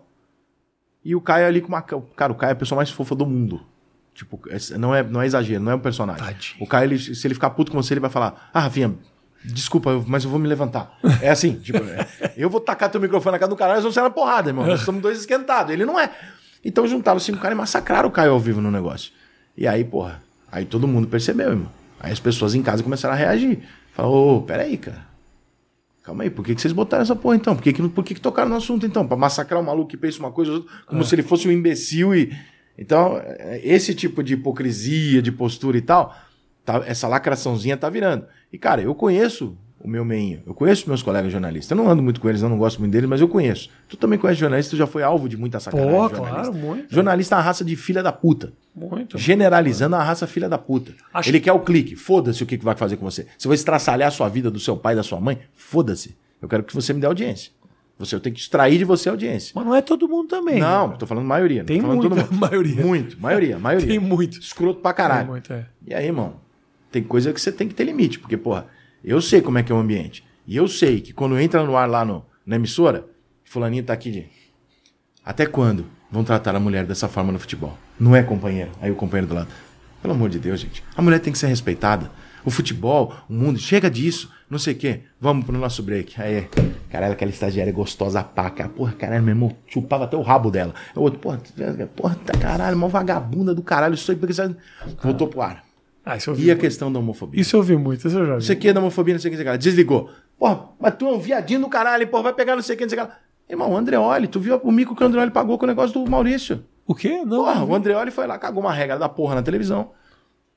E o Caio ali com uma... Cara, o Caio é a pessoa mais fofa do mundo. Tipo, é- não é, não é exagero, não é um personagem. Tadinho. O Caio, ele- se ele ficar puto com você, ele vai falar, ah, Rafinha, desculpa, eu- mas eu vou me levantar. É assim, tipo, é, eu vou tacar teu microfone na cara do cara, nós vamos sair na porrada, irmão. Nós somos dois esquentados. Ele não é. Então juntaram cinco caras e massacraram o Caio ao vivo no negócio. E aí, porra, aí todo mundo percebeu, irmão. Aí as pessoas em casa começaram a reagir. Falaram, ô, peraí, cara. Calma aí, por que, que vocês botaram essa porra então? Por que, que, não- por que, que tocaram no assunto então? Pra massacrar o maluco que pensa uma coisa, outra, como se ele fosse um imbecil e... Então, é, esse tipo de hipocrisia, de postura e tal, tá- essa lacraçãozinha tá virando. E, cara, eu conheço o meu meinho, eu conheço meus colegas jornalistas. Eu não ando muito com eles, eu não gosto muito deles, mas eu conheço. Tu também conhece jornalista, tu já foi alvo de muita sacanagem. Pô, de jornalista. claro, muito. Jornalista é uma raça de filha da puta. Muito. Generalizando a raça filha da puta. Acho- Ele quer o clique. Foda-se o que que vai fazer com você. Se vai estraçalhar a sua vida do seu pai e da sua mãe, foda-se. Eu quero que você me dê audiência. Você, eu tenho que extrair de você a audiência. Mas não é todo mundo também. Não, tô falando maioria. Não Tem tô falando muita todo mundo. maioria. Muito, maioria, maioria. Tem muito. Escroto pra Tem caralho. muito, é. E aí, irmão, tem coisa que você tem que ter limite. Porque, porra, eu sei como é que é o ambiente. E eu sei que quando entra no ar lá no, na emissora, fulaninho tá aqui de... Até quando vão tratar a mulher dessa forma no futebol? Não é companheiro. Aí o companheiro do lado. Pelo amor de Deus, gente. A mulher tem que ser respeitada. O futebol, o mundo, chega disso. Não sei o quê. Vamos pro nosso break. Aí, caralho, aquela estagiária gostosa pá. Cara. Porra, caralho, meu irmão, chupava até o rabo dela. O outro, porra, porra, tá, caralho, uma vagabunda do caralho. Isso aí, porque você... Voltou pro ar. Ah, isso eu vi. E a muito. questão da homofobia? Isso eu vi muito, isso eu já vi. Não sei o que da homofobia, não sei o que, não sei o que. Desligou. Porra, mas tu é um viadinho do caralho, porra, vai pegar não sei o que, não sei o que. Irmão, o Andreoli, tu viu o mico que o Andreoli pagou com o negócio do Maurício? O quê? Não. Porra, não vi. o Andreoli foi lá, cagou uma regra da porra na televisão.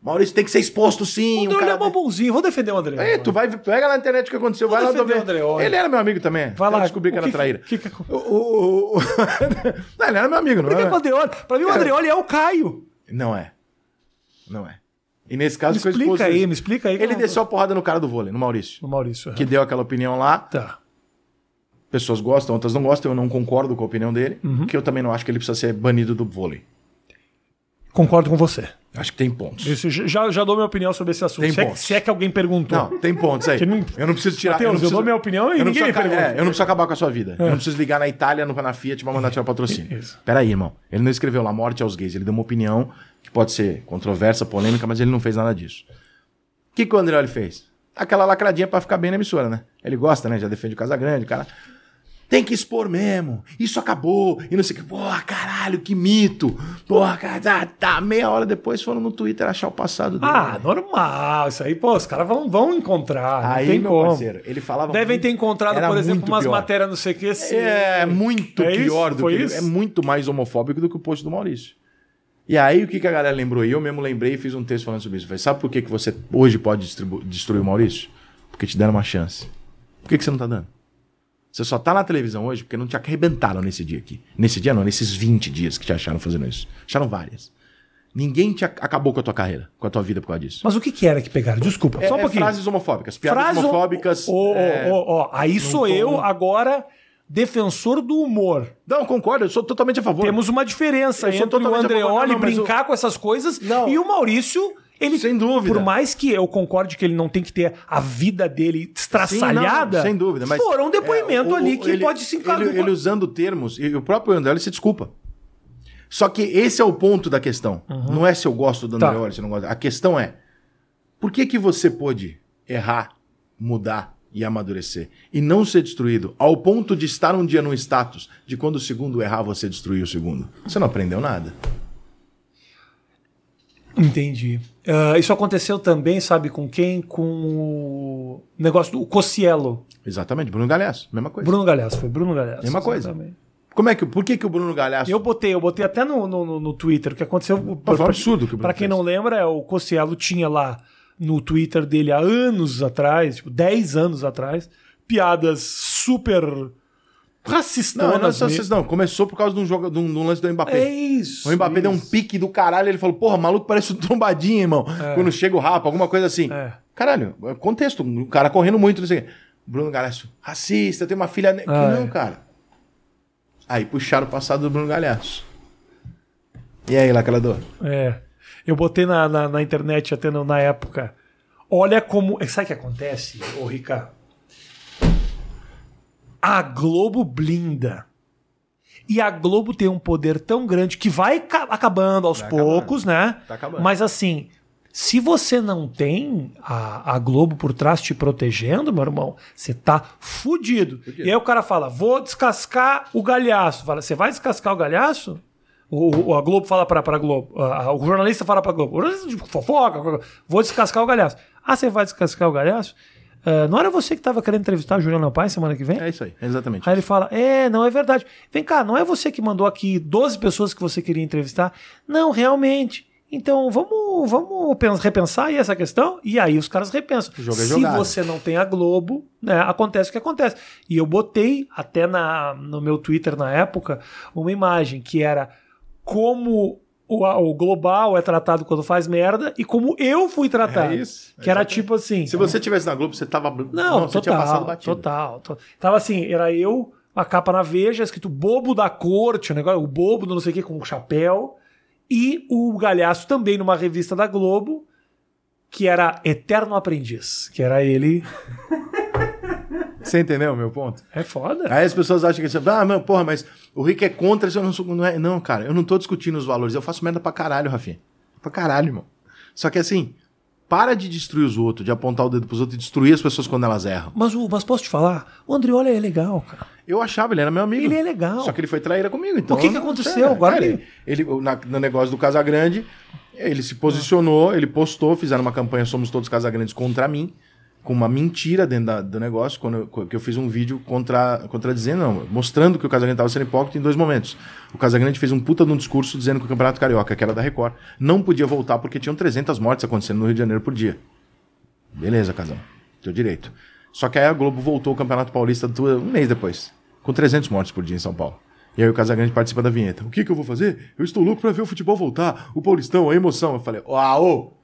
Maurício tem que ser exposto sim. O Andreoli é bonzinho, vou defender o Andreoli. Aí, tu vai, pega na internet o que aconteceu, Vou vai lá defender ver. o Andreoli. Ele era meu amigo também. Vai lá. Descobri que era que, traíra. Que, que, que... O, o, o... não, ele era meu amigo, não Por que é? o Andreoli? Pra mim, o Andreoli é o Caio. Não é. Não é. E nesse caso, Me foi explica exposto aí, isso. me explica aí. Ele como- desceu a porrada no cara do vôlei, no Maurício. No Maurício. é. Que deu aquela opinião lá. Tá. Pessoas gostam, outras não gostam. Eu não concordo com a opinião dele. Uhum. Que eu também não acho que ele precisa ser banido do vôlei. Concordo com você. Acho que tem pontos. Isso, já, já dou minha opinião sobre esse assunto. Tem Se é, que- pontos. se é que alguém perguntou. Não, tem pontos aí. Que não- Eu não preciso tirar... Mateus, eu, não eu preciso, dou minha opinião e eu não ninguém preciso, pergunta. é, eu não preciso acabar com a sua vida. Eu não preciso ligar na Itália, no, na Fiat, pra mandar tirar o patrocínio. Isso. Peraí, irmão. Ele não escreveu lá morte aos gays. Ele deu uma opinião que pode ser controversa, polêmica, mas ele não fez nada disso. O que, que o Andreoli fez? Aquela lacradinha pra ficar bem na emissora, né? Ele gosta, né? Já defende o Casagrande, o cara... Tem que expor mesmo. Isso acabou. E não sei o que. Porra, caralho, que mito. Porra, cara, tá, tá. Meia hora depois foram no Twitter achar o passado dele. Ah, normal. Isso aí, pô, os caras vão, vão encontrar. Não Aí, tem meu como. parceiro, ele falava... Devem ter encontrado, Era por exemplo, muito umas pior. matérias não sei o que. Assim. É muito É isso? pior do Foi que... isso? É muito mais homofóbico do que o post do Maurício. E aí, o que, que a galera lembrou? E eu mesmo lembrei e fiz um texto falando sobre isso. Falei, sabe por que, que você hoje pode distribu- destruir o Maurício? Porque te deram uma chance. Por que, que você não tá dando? Você só tá na televisão hoje porque não te arrebentaram nesse dia aqui. Nesse dia não, nesses vinte dias que te acharam fazendo isso. Acharam várias. Ninguém te ac- acabou com a tua carreira, com a tua vida por causa disso. Mas o que, que era que pegaram? Desculpa, É, só um é pouquinho. frases homofóbicas, piadas Frase- homofóbicas. Ó, ó, é, ó, ó, aí sou tom- eu agora defensor do humor. Não, concordo, eu sou totalmente a favor. Temos uma diferença Eu sou entre o totalmente a favor. Andreoli Não, não, mas brincar com essas coisas Não. e o Maurício. Ele, Sem dúvida. Por mais que eu concorde que ele não tem que ter a vida dele estraçalhada, Sim, não, sem dúvida. Mas foram um depoimento é, o- ali o- que ele, pode se encaixar. ele, ele usando termos, e o próprio Andreoli se desculpa. Só que esse é o ponto da questão. Não é se eu gosto do Tá. Andreoli, se eu não gosto. A questão é, por que que você pôde errar, mudar e amadurecer e não ser destruído ao ponto de estar um dia num status de quando o segundo errar, você destruir o segundo? Você não aprendeu nada. Entendi. Ah, isso aconteceu também, sabe com quem? Com o negócio do Cossielo. Exatamente, Bruno Galhaço, mesma coisa. Bruno Galhaço, foi Bruno Galhaço. Mesma coisa. Exatamente. Como é que, por que que o Bruno Galhaço... Eu botei, eu botei até no, no, no- no Twitter o que aconteceu. Pô, foi um absurdo o que o Bruno Pra quem fez. não lembra, é, o Cossielo tinha lá no Twitter dele há anos atrás, tipo, dez anos atrás, piadas super racistonas. Não, não, não, mesmo. não, começou por causa de um, jogo, de um, de um lance do Mbappé. É isso. O Mbappé deu um isso. pique do caralho, ele falou, porra, maluco parece um trombadinho, irmão. Quando chega o rapa, alguma coisa assim. É. Caralho, contexto, o cara correndo muito, não sei o quê. Bruno Galhaço, racista, tem uma filha... Ne... Ah, não, é. cara. Aí puxaram o passado do Bruno Galhaço. E aí, lacrador? É. Eu botei na, na, na internet até na, na época. Olha como. Sabe o que acontece, ô Ricardo? A Globo blinda. E a Globo tem um poder tão grande que vai ca- acabando aos Vai poucos, né? Tá acabando. Mas assim, se você não tem a, a Globo por trás te protegendo, meu irmão, você tá fudido. Fudido. E aí o cara fala, vou descascar o galhaço. Fala, você vai descascar o galhaço? O, o- a Globo fala pra, pra Globo, a- a- o jornalista fala pra Globo, o jornalista de fofoca, vou descascar o galhaço. Ah, você vai descascar o galhaço? Ah, não era você que estava querendo entrevistar a Juliana Paz semana que vem? É isso aí, exatamente. Aí ele fala, é, não é verdade. Vem cá, não é você que mandou aqui doze pessoas que você queria entrevistar? Não, realmente. Então vamos, vamos pens- repensar aí essa questão? E aí os caras repensam. O jogo é Se jogado. você não tem a Globo, né, acontece o que acontece. E eu botei até na, no meu Twitter na época uma imagem que era como o, o global é tratado quando faz merda e como eu fui tratado. É isso, Que era exatamente. tipo assim... Se você tivesse na Globo, você tava... Não, você tinha passado total, batido. total, to- Tava assim, era eu, a capa na Veja, escrito bobo da corte, o, negócio, o bobo do não sei o que, com um chapéu, e o Galhaço também numa revista da Globo, que era Eterno Aprendiz, que era ele... Você entendeu o meu ponto? É foda. Aí as pessoas acham que você, ah, meu, porra, mas o Rick é contra, isso eu não sou, não é, não, cara, eu não tô discutindo os valores, eu faço merda pra caralho, Rafinha. Pra caralho, irmão. Só que assim, para de destruir os outros, de apontar o dedo pros outros e destruir as pessoas quando elas erram. Mas, o, mas posso te falar, o Andreoli é legal, cara. Eu achava, ele era meu amigo. Ele é legal. Só que ele foi traíra comigo, então. O que que eu não- aconteceu? É, Agora cara, ele- ele, ele na, no negócio do Casagrande, ele se posicionou, ele postou, fizeram uma campanha Somos Todos Casagrandes contra mim. com uma mentira dentro da, do negócio, quando eu, que eu fiz um vídeo contra, contradizendo, não, mostrando que o Casagrande estava sendo hipócrita em dois momentos. O Casagrande fez um puta de um discurso dizendo que o Campeonato Carioca, que era da Record, não podia voltar porque tinham trezentas mortes acontecendo no Rio de Janeiro por dia. Beleza, Casão, teu direito. Só que aí a Globo voltou o Campeonato Paulista um mês depois, com trezentas mortes por dia em São Paulo. E aí o Casagrande participa da vinheta. O que que eu vou fazer? Eu estou louco pra ver o futebol voltar, o Paulistão, a emoção. Eu falei, uau!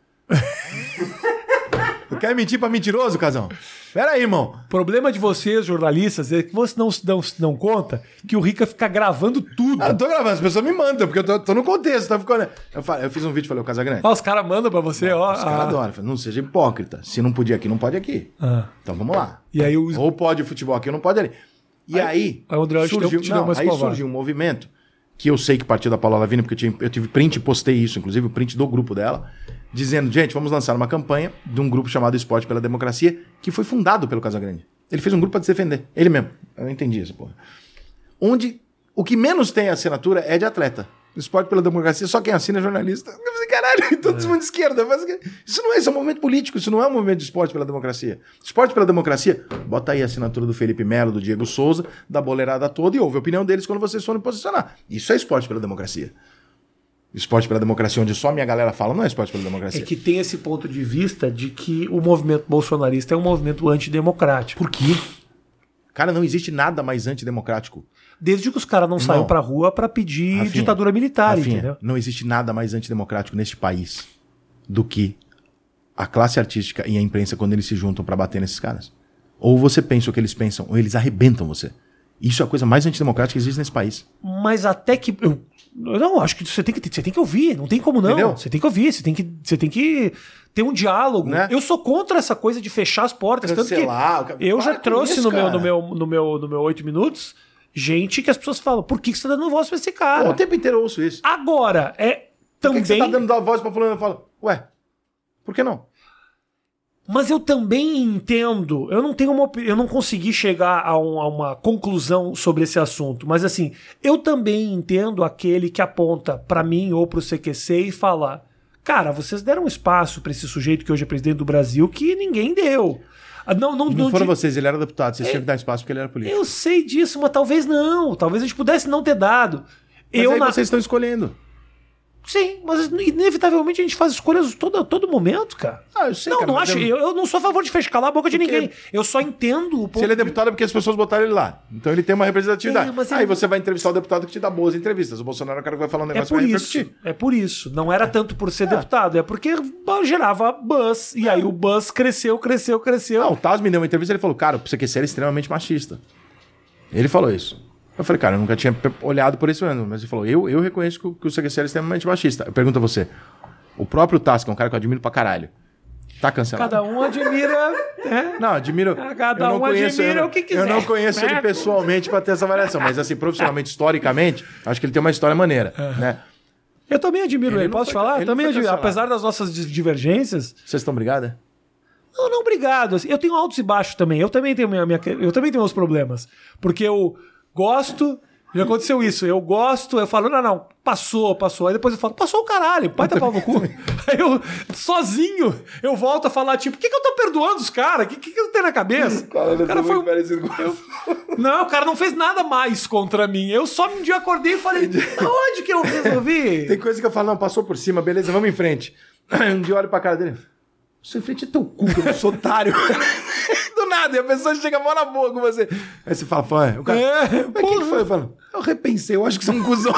Tu quer mentir pra mentiroso, Casão? Pera aí, irmão. O problema de vocês, jornalistas, é que você não se não, não conta que o Rica fica gravando tudo. Ah, eu tô gravando, as pessoas me mandam, porque eu tô, tô no contexto. Tá ficando... eu, falei, eu fiz um vídeo e falei, o Casagrande. Ah, os caras mandam pra você, ó. Os caras ah. adoram. Falei, não seja hipócrita. Se não podia aqui, não pode aqui. Ah. Então vamos lá. E aí o... Ou pode futebol aqui, ou não pode ali. E aí, aí, aí o André surgiu, te não, deu aí surgiu um movimento que eu sei que partiu da Paula Lavigne, porque eu, tinha, eu tive print e postei isso, inclusive o print do grupo dela, dizendo, gente, vamos lançar uma campanha de um grupo chamado Esporte pela Democracia, que foi fundado pelo Casagrande. Ele fez um grupo para se defender. Ele mesmo. Eu não entendi isso, porra. Onde o que menos tem assinatura é de atleta. Esporte pela Democracia, só quem assina é jornalista. Eu falei, caralho, todo mundo de esquerda. Mas isso não é, isso é um movimento político, isso não é um movimento de esporte pela democracia. Esporte pela Democracia, bota aí a assinatura do Felipe Melo, do Diego Souza, da boleirada toda e ouve a opinião deles quando vocês forem posicionar. Isso é esporte pela democracia. Esporte pela democracia, onde só minha galera fala, não é esporte pela democracia. É que tem esse ponto de vista de que o movimento bolsonarista é um movimento antidemocrático. Por quê? Cara, não existe nada mais antidemocrático. Desde que os caras não saiam pra rua pra pedir Rafinha, ditadura militar, Rafinha, entendeu? Não existe nada mais antidemocrático neste país do que a classe artística e a imprensa quando eles se juntam pra bater nesses caras. Ou você pensa o que eles pensam, ou eles arrebentam você. Isso é a coisa mais antidemocrática que existe nesse país. Mas até que... Eu, eu não, acho que você tem que, você tem que ouvir, não tem como não. Entendeu? Você tem que ouvir, você tem que, você tem que ter um diálogo. Né? Eu sou contra essa coisa de fechar as portas. Cancelar, tanto que eu já trouxe isso, no, meu, no, meu, no, meu, no meu oito minutos gente que as pessoas falam, por que, que você tá dando voz pra esse cara? Pô, o tempo inteiro eu ouço isso. Agora, é também... Por que, que você tá dando voz pra fulano? Eu falo, ué, por que não? Mas eu também entendo, eu não tenho uma, eu não consegui chegar a, um, a uma conclusão sobre esse assunto, mas assim, eu também entendo aquele que aponta pra mim ou pro C Q C e fala, cara, vocês deram espaço pra esse sujeito que hoje é presidente do Brasil que ninguém deu. Não, não, não, não foram de... vocês, ele era deputado, vocês é... tinham que dar espaço porque ele era político. Eu sei disso, mas talvez não, talvez a gente pudesse não ter dado. Mas eu aí na... vocês estão escolhendo. Sim, mas inevitavelmente a gente faz escolhas todo, todo momento, cara. Ah, eu sei, não, cara, não acho, eu... eu não sou a favor de fechar calar a boca de porque... ninguém. Eu só entendo o ponto. Se ele é deputado é porque as pessoas botaram ele lá. Então ele tem uma representatividade. É, aí ele... você vai entrevistar o deputado que te dá boas entrevistas. O Bolsonaro é o cara que vai falar um negócio é por que vai isso, repercutir. É por isso. Não era tanto por ser é. deputado, é porque gerava buzz. E é. aí o buzz cresceu, cresceu, cresceu. Não, o Taz me deu uma entrevista e ele falou, cara, o C Q C era extremamente machista. Ele falou isso. Eu falei, cara, eu nunca tinha olhado por esse ano, mas ele falou, eu, eu reconheço que o, que o C Q C é extremamente machista. Eu pergunto a você, o próprio Tassi, que é um cara que eu admiro pra caralho, tá cancelado? Cada um admira... É. Não, admiro... Cada eu não um conheço, admira eu, o que quiser. Eu não conheço ele pessoalmente pra ter essa avaliação, mas assim, profissionalmente, historicamente, acho que ele tem uma história maneira, uhum. né? Eu também admiro ele, ele. Posso foi, falar? Ele também admiro. Apesar das nossas divergências... Vocês estão brigados? Não, não obrigado. Eu tenho altos e baixos também. Eu também tenho, minha, minha, eu também tenho meus problemas. Porque eu gosto... Já aconteceu isso, eu gosto, eu falo, não, não, passou, passou. Aí depois eu falo, passou o caralho, pai tá pau no cu. Aí eu, sozinho, eu volto a falar, tipo, por que, que eu tô perdoando os caras? O que, que, que eu tenho na cabeça? Cara, o cara foi um... parecido com eu... Não, o cara não fez nada mais contra mim. Eu só um dia acordei e falei, onde que eu resolvi? Tem coisa que eu falo, não, passou por cima, beleza, vamos em frente. Um dia eu olho pra cara dele, você em frente é teu cu, que eu sou otário. Do nada, e a pessoa chega mó na boa com você. Aí você fala, fã, o cara. É, o que, que foi? Eu falo, eu repensei, eu acho que você é um cuzão.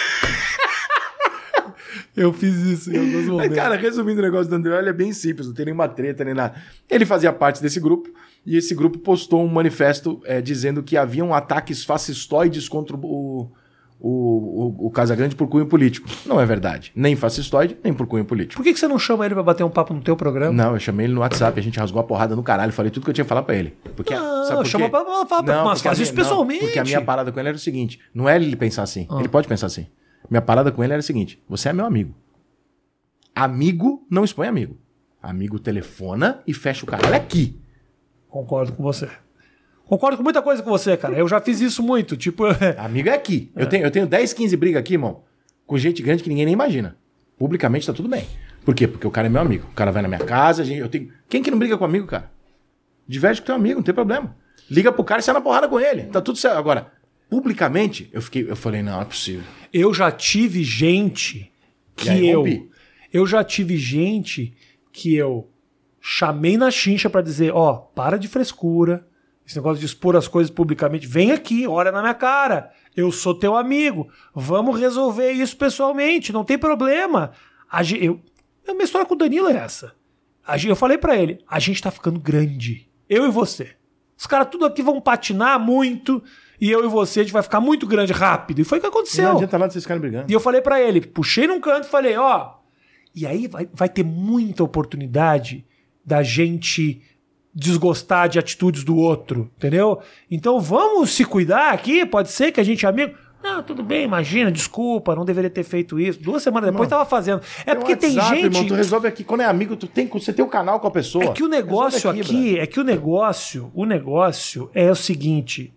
Eu fiz isso em alguns momentos. Mas, cara, resumindo o negócio do André, ele é bem simples, não tem nenhuma treta nem nada. Ele fazia parte desse grupo, e esse grupo postou um manifesto é, dizendo que haviam ataques fascistoides contra o. O, o, o Casagrande por cunho político. Não é verdade. Nem fascistoide, nem por cunho político. Por que, que você não chama ele pra bater um papo no teu programa? Não, eu chamei ele no WhatsApp, a gente rasgou a porrada no caralho, falei tudo que eu tinha que falar pra ele. Porque, não, sabe por chama quê? pra falar, não, mas faz isso pessoalmente. Não, porque a minha parada com ele era o seguinte, não é ele pensar assim, ah. ele pode pensar assim. Minha parada com ele era o seguinte, você é meu amigo. Amigo não expõe amigo. Amigo telefona e fecha o caralho aqui. Concordo com você. Concordo com muita coisa com você, cara. Eu já fiz isso muito, tipo... Amigo é aqui. É. Eu, tenho, eu tenho dez, quinze brigas aqui, irmão, com gente grande que ninguém nem imagina. Publicamente tá tudo bem. Por quê? Porque o cara é meu amigo. O cara vai na minha casa, gente, eu tenho... Quem que não briga com amigo, cara? Diverte com teu amigo, não tem problema. Liga pro cara e sai na porrada com ele. Tá tudo certo. Agora, publicamente, eu fiquei, eu falei, não, não é possível. Eu já tive gente que aí, eu... rompi. Eu já tive gente que eu chamei na chincha pra dizer, ó, para de frescura, esse negócio de expor as coisas publicamente, vem aqui, olha na minha cara, eu sou teu amigo, vamos resolver isso pessoalmente, não tem problema. A, ge- eu, a minha história com o Danilo é essa. A, ge- eu falei pra ele, a gente tá ficando grande, eu e você. Os caras tudo aqui vão patinar muito e eu e você, a gente vai ficar muito grande rápido. E foi o que aconteceu. Não adianta nada vocês ficarem brigando. E eu falei pra ele, puxei num canto e falei, ó, e aí vai, vai ter muita oportunidade da gente desgostar de atitudes do outro, entendeu? Então vamos se cuidar aqui, pode ser que a gente é amigo. Não, tudo bem, imagina, desculpa, não deveria ter feito isso. Duas semanas depois Irmão, tava fazendo. É porque tem WhatsApp, gente... Irmão, tu resolve aqui, quando é amigo, tu tem, você tem um canal com a pessoa. É que o negócio Resolve aqui, brother. é que o negócio, o negócio é o seguinte,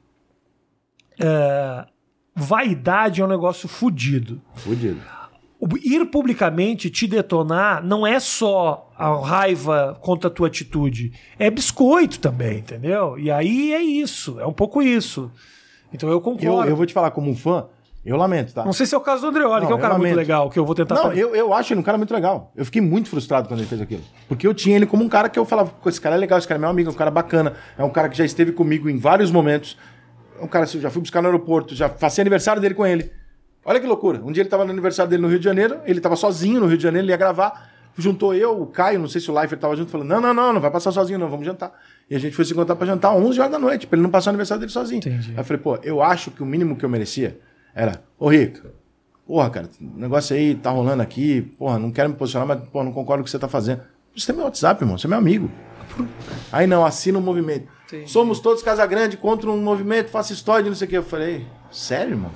é, vaidade é um negócio fudido. Fudido. O ir publicamente te detonar não é só a raiva contra a tua atitude, é biscoito também, entendeu? E aí é isso, é um pouco isso. Então eu Eu, concordo. eu vou te falar como um fã, eu lamento, tá? Não sei se é o caso do Andreoli, Não, que é um eu cara muito lamento. legal, que eu vou tentar... Não, fazer. eu, eu acho ele um cara muito legal. Eu fiquei muito frustrado quando ele fez aquilo. Porque eu tinha ele como um cara que eu falava, pô, esse cara é legal, esse cara é meu amigo, é um cara bacana, é um cara que já esteve comigo em vários momentos. É um cara que eu já fui buscar no aeroporto, já passei aniversário dele com ele. Olha que loucura. Um dia ele tava no aniversário dele no Rio de Janeiro, ele tava sozinho no Rio de Janeiro, ele ia gravar. Juntou eu, o Caio, não sei se o Leifert tava junto, falou, não, não, não, não vai passar sozinho não, vamos jantar. E a gente foi se encontrar pra jantar onze horas da noite, pra ele não passar o aniversário dele sozinho. Entendi. Aí eu falei, pô, eu acho que o mínimo que eu merecia era, ô Rico, porra, cara, o negócio aí tá rolando aqui, porra, não quero me posicionar, mas, porra, não concordo com o que você tá fazendo. Você tem meu WhatsApp, irmão, você é meu amigo. Aí não, assina um movimento. Entendi. Somos todos Casa Grande contra um movimento, faça história de não sei o que. Eu falei, sério, irmão?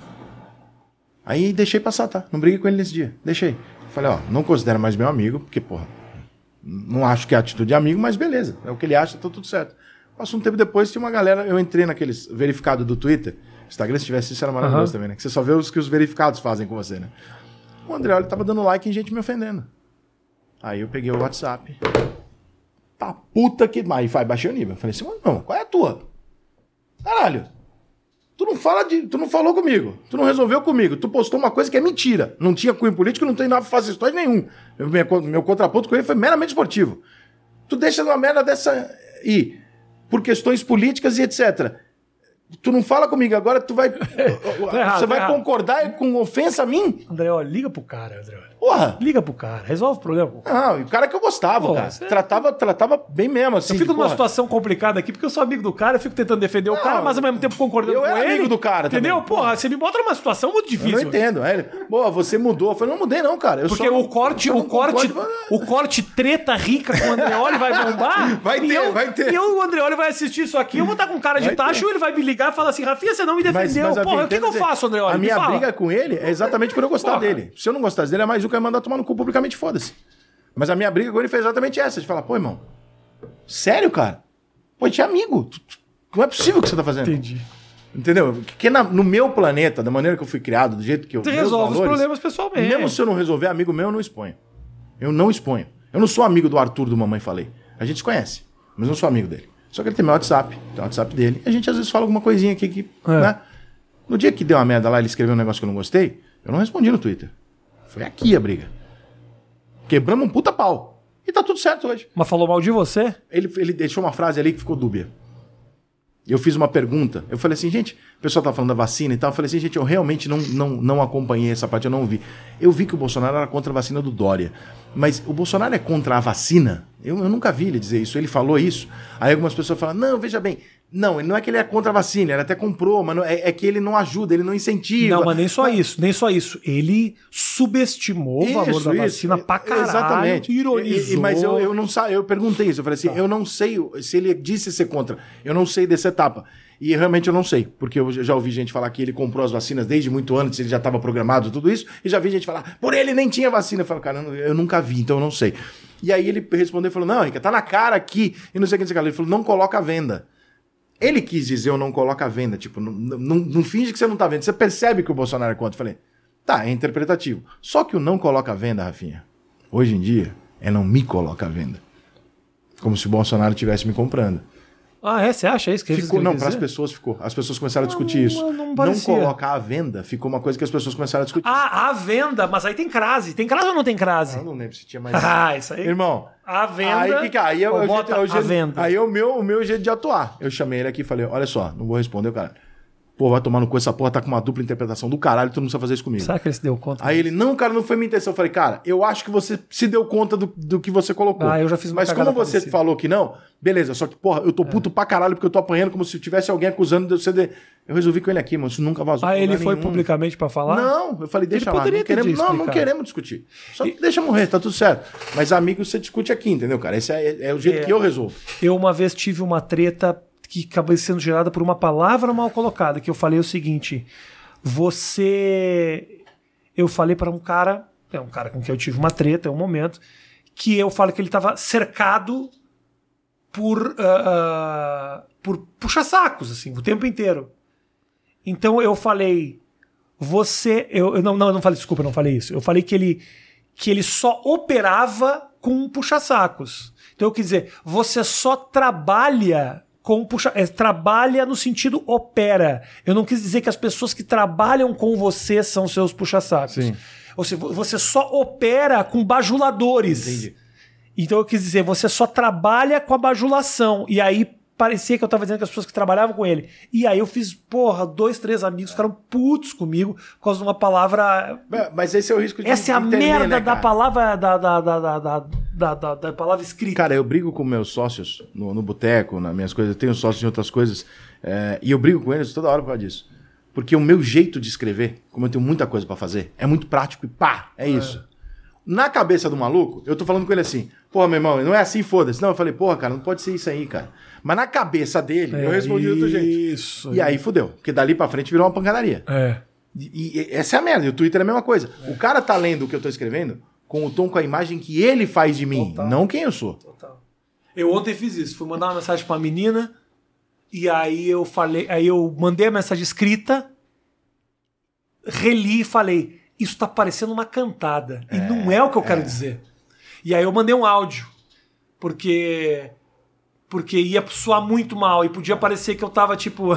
Aí deixei passar, tá? Não briguei com ele nesse dia. Deixei. Falei, ó, não considero mais meu amigo, porque, porra, não acho que é atitude de amigo, mas beleza. É o que ele acha, tá tudo certo. Passou um tempo depois, tinha uma galera, eu entrei naqueles verificados do Twitter. Instagram, se tivesse isso, era maravilhoso Uhum. também, né? Que você só vê os que os verificados fazem com você, né? O Andreoli tava dando like em gente me ofendendo. Aí eu peguei o WhatsApp. Tá puta que... Aí vai, baixei o nível. Falei assim, irmão, qual é a tua? Caralho. Tu não fala de, tu não falou comigo, tu não resolveu comigo, tu postou uma coisa que é mentira. Não tinha cunho político, não tem nada pra fazer história nenhum. Meu, meu contraponto com ele foi meramente esportivo. Tu deixa uma merda dessa ir por questões políticas e etcétera. Tu não fala comigo, agora tu vai. errado, você vai errado. concordar com ofensa a mim? Andreoli, liga pro cara, Andreoli. Porra! Liga pro cara, resolve o problema. Pô. Não, e o cara que eu gostava, Pô, cara. você- Tratava, tratava bem mesmo, assim. Eu fico de, numa porra, situação complicada aqui, porque eu sou amigo do cara, eu fico tentando defender o Não, cara, mas ao mesmo tempo concordando eu com era ele. amigo do cara Entendeu? também. Porra, você me bota numa situação muito Eu difícil. não entendo. Aí ele, pô, você mudou. Eu falei, não mudei, não, cara. Eu Porque só não- o corte, eu o não corte, concordo. o corte treta rica com o Andreoli vai bombar. Vai e ter, eu, vai ter. E eu, o Andreoli vai assistir isso aqui, eu vou estar com cara de Vai tacho ter. e ele vai me ligar e falar assim, Rafinha, você não me defendeu. a Porra, o que, verdade que eu é- faço, Andreoli? A Me minha fala. briga com ele é exatamente por eu gostar Porra. dele. Se eu não gostasse dele, é mais um que vai mandar tomar no cu publicamente, foda-se. Mas a minha briga com ele foi exatamente essa, de falar, pô, irmão, sério, cara? Pô, a gente é amigo. Tu- tu- Não é possível o que você tá fazendo. Entendi. Entendeu? Porque na- no meu planeta, da maneira que eu fui criado, do jeito que eu... Você meus resolve os valores, problemas pessoalmente. Mesmo se eu não resolver, amigo meu, eu não exponho. Eu não exponho. Eu não sou amigo do Arthur do Mamãe Falei. A gente se conhece, mas não sou amigo dele. Só que ele tem meu WhatsApp, tem o WhatsApp dele. E a gente às vezes fala alguma coisinha aqui que... É. Né? No dia que deu uma merda lá, ele escreveu um negócio que eu não gostei, eu não respondi no Twitter. Foi aqui a briga. Quebramos um puta pau. E tá tudo certo hoje. Mas falou mal de você? Ele, ele deixou uma frase ali que ficou dúbia. Eu fiz uma pergunta. Eu falei assim, gente, o pessoal tá falando da vacina e tal. Eu falei assim, gente, eu realmente não, não, não acompanhei essa parte, eu não vi. Eu vi que o Bolsonaro era contra a vacina do Dória. Mas o Bolsonaro é contra a vacina? Eu, eu nunca vi ele dizer isso. Ele falou isso. Aí algumas pessoas falam, não, veja bem. Não, não é que ele é contra a vacina, ele até comprou, mas não- é, é que ele não ajuda, ele não incentiva. Não, mas nem só isso, nem só isso. Ele subestimou o valor da vacina pra caralho. Exatamente. Ironizou. E- e- mas eu, eu não sa- eu perguntei isso, eu falei assim, eu não sei se ele disse ser contra, eu não sei dessa etapa. E realmente eu não sei, porque eu já ouvi gente falar que ele comprou as vacinas desde muito antes, ele já estava programado tudo isso, e já vi gente falar, por ele nem tinha vacina. Eu falo, cara, eu, eu nunca vi, então eu não sei. E aí ele respondeu e falou, não, Rica, tá na cara aqui, e não sei o que, não sei o que. Ele falou, não coloca a venda. Ele quis dizer eu não coloco a venda, tipo, não, não, não finge que você não tá vendo, você percebe que o Bolsonaro é contra. Eu falei, tá, é interpretativo. Só que o não coloca a venda, Rafinha, hoje em dia, é não me coloca a venda. Como se o Bolsonaro estivesse me comprando. Ah, é? Você acha isso? Que Ficou, que não, quer para as dizer? pessoas ficou. As pessoas começaram a discutir não, isso. não Não, parecia. colocar à venda, ficou uma coisa que as pessoas começaram a discutir. Ah, a venda, mas aí tem crase. Tem crase ou não tem crase? Eu não lembro se tinha mais. Ah, isso aí. Irmão, A venda. aí, que, que- aí, é o ou jeito- bota é o a jeito- venda. aí é o meu, o meu jeito de atuar. Eu chamei ele aqui e falei: olha só, não vou responder, cara. Pô, vai tomar no cu, essa porra tá com uma dupla interpretação do caralho, tu não precisa fazer isso comigo. Será que ele se deu conta? Aí ele, não, cara, não foi minha intenção. Eu falei, cara, eu acho que você se deu conta do, do que você colocou. Ah, eu já fiz uma Mas cagada como você parecida. falou que não, beleza, só que, porra, eu tô puto pra caralho porque eu tô apanhando como se tivesse alguém acusando de eu ser de... Eu resolvi com ele aqui, mano, isso nunca vazou. Ah, pra ele lugar foi nenhum. publicamente pra falar? Não, eu falei, deixa Ele lá. poderia Não ter queremos, não, não explicado. queremos discutir. Só deixa morrer, tá tudo certo. Mas amigo, você discute aqui, entendeu, cara? Esse é, é o jeito É. que eu resolvo. Eu uma vez tive uma treta que acabou sendo gerada por uma palavra mal colocada, que eu falei o seguinte: você... Eu falei pra um cara, é um cara com quem eu tive uma treta, é um momento, que eu falo que ele tava cercado por, ah, ah, por puxa-sacos, assim, o tempo inteiro. Então eu falei, você... Eu, eu não, não, eu não falei, desculpa, eu não falei isso. Eu falei que ele, que ele só operava com puxa-sacos. Então eu quis dizer, você só trabalha com puxa... É, trabalha no sentido opera. Eu não quis dizer que as pessoas que trabalham com você são seus puxa-sacos. Sim. Ou seja, você só opera com bajuladores. Entendi. Então eu quis dizer, você só trabalha com a bajulação. E aí parecia que eu tava dizendo que as pessoas que trabalhavam com ele. E aí eu fiz, porra, dois, três amigos ficaram putos comigo por causa de uma palavra... Mas esse é o risco de Essa é a entender, merda né, da cara? palavra da, da, da, da, da, da, da- da palavra escrita. Cara, eu brigo com meus sócios no, no boteco, nas minhas coisas. Eu tenho sócios em outras coisas. é, e eu brigo com eles toda hora por causa disso. Porque o meu jeito de escrever, como eu tenho muita coisa pra fazer, é muito prático e pá, é isso. Na cabeça do maluco, eu tô falando com ele assim, porra, meu irmão, não é assim, foda-se. Não, eu falei, porra, cara, não pode ser isso aí, cara. Mas na cabeça dele, eu respondi de outro jeito. Isso. E aí fudeu, porque dali pra frente virou uma pancadaria. É. E, e essa é a merda, e o Twitter é a mesma coisa. O cara tá lendo o que eu tô escrevendo com o tom, com a imagem que ele faz de mim, Total. não quem eu sou. Total. Eu ontem fiz isso, fui mandar uma mensagem pra uma menina e aí eu falei, aí eu mandei a mensagem escrita, reli e falei, isso tá parecendo uma cantada e não é o que eu quero dizer. E aí eu mandei um áudio, porque porque ia soar muito mal e podia parecer que eu tava tipo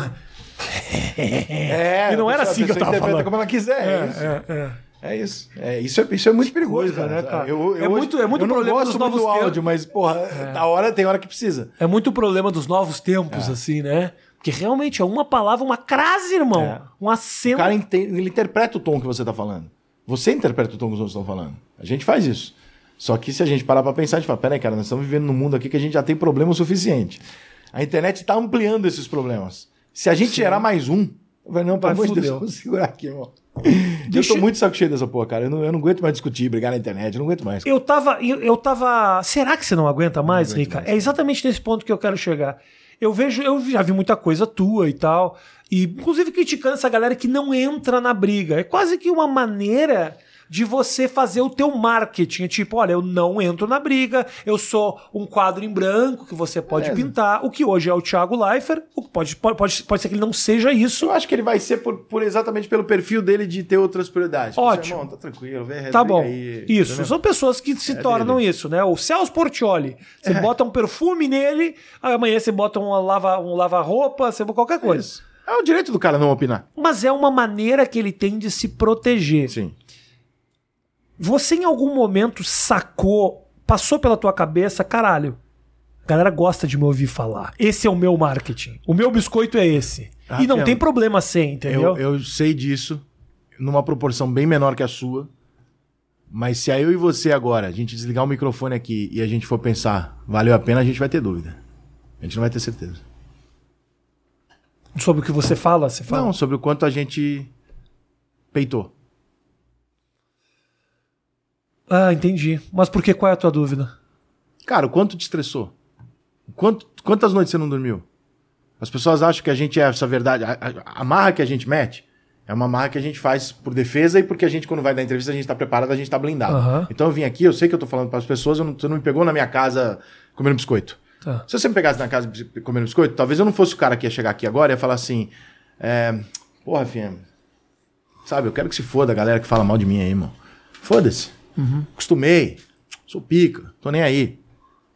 É, E não era a assim que eu pessoa tava interpreta falando. como ela quiser. É, É, isso. é, é. É isso. É, isso, é, isso é muito perigoso, coisa, cara. né, cara? Eu, eu É muito- é muito eu não problema gosto dos muito do novos tempos. áudio, mas, porra, da hora tem hora que precisa. É muito problema dos novos tempos, assim, né? Porque realmente é uma palavra, uma crase, irmão. É. Um aceno. O cara inte- ele interpreta o tom que você tá falando. Você interpreta o tom que os outros estão falando. A gente faz isso. Só que se a gente parar pra pensar, a gente fala, peraí, cara, nós estamos vivendo num mundo aqui que a gente já tem problema o suficiente. A internet tá ampliando esses problemas. Se a gente Sim. gerar mais um, vai não, pelo Vai, amor de Deus, fudeu. vou segurar aqui, irmão. Deixa- Eu tô muito saco cheio dessa porra, cara. Eu não, eu não aguento mais discutir, brigar na internet, eu não aguento mais. Eu tava, eu, eu tava. Será que você não aguenta mais, aguento Rica? mais. É exatamente nesse ponto que eu quero chegar. Eu vejo, eu já vi muita coisa tua e tal. E, inclusive, criticando essa galera que não entra na briga. É quase que uma maneira de você fazer o teu marketing. É tipo, olha, eu não entro na briga, eu sou um quadro em branco que você pode Beleza. pintar, o que hoje é o Thiago Leifert, o que pode, pode, pode, pode ser que ele não seja isso. Eu acho que ele vai ser por, por exatamente pelo perfil dele de ter outras prioridades. Ótimo. Irmão, tá tranquilo, vem, Tá briga bom. aí, Isso. entendeu? São pessoas que se É tornam dele. isso, né? O Celso Portiolli. Você bota um perfume nele, amanhã você bota uma lava, um lava-roupa, você bota qualquer coisa. Isso. É o direito do cara não opinar. Mas é uma maneira que ele tem de se proteger. Sim. Você em algum momento sacou, passou pela tua cabeça, caralho, a galera gosta de me ouvir falar. Esse é o meu marketing. O meu biscoito é esse. E não Rafael, tem problema ser, entendeu? Eu, eu sei disso, numa proporção bem menor que a sua. Mas se eu e você agora, a gente desligar o microfone aqui e a gente for pensar, valeu a pena, a gente vai ter dúvida. A gente não vai ter certeza. Sobre o que você fala, você fala. Não, sobre o quanto a gente peitou. Ah, entendi. Mas por que? Qual é a tua dúvida? Cara, o quanto te estressou? Quanto, quantas noites você não dormiu? As pessoas acham que a gente é essa verdade. A, a, a marra que a gente mete é uma marra que a gente faz por defesa e porque a gente, quando vai dar entrevista, a gente tá preparado, a gente tá blindado. Aham. Então eu vim aqui, eu sei que eu tô falando para as pessoas, eu não, você não me pegou na minha casa comendo biscoito. Tá. Se você me pegasse na casa comendo biscoito, talvez eu não fosse o cara que ia chegar aqui agora e ia falar assim: é, porra, Fiem, sabe, eu quero que se foda a galera que fala mal de mim aí, irmão. Foda-se. Uhum. Acostumei. Sou pica. Tô nem aí.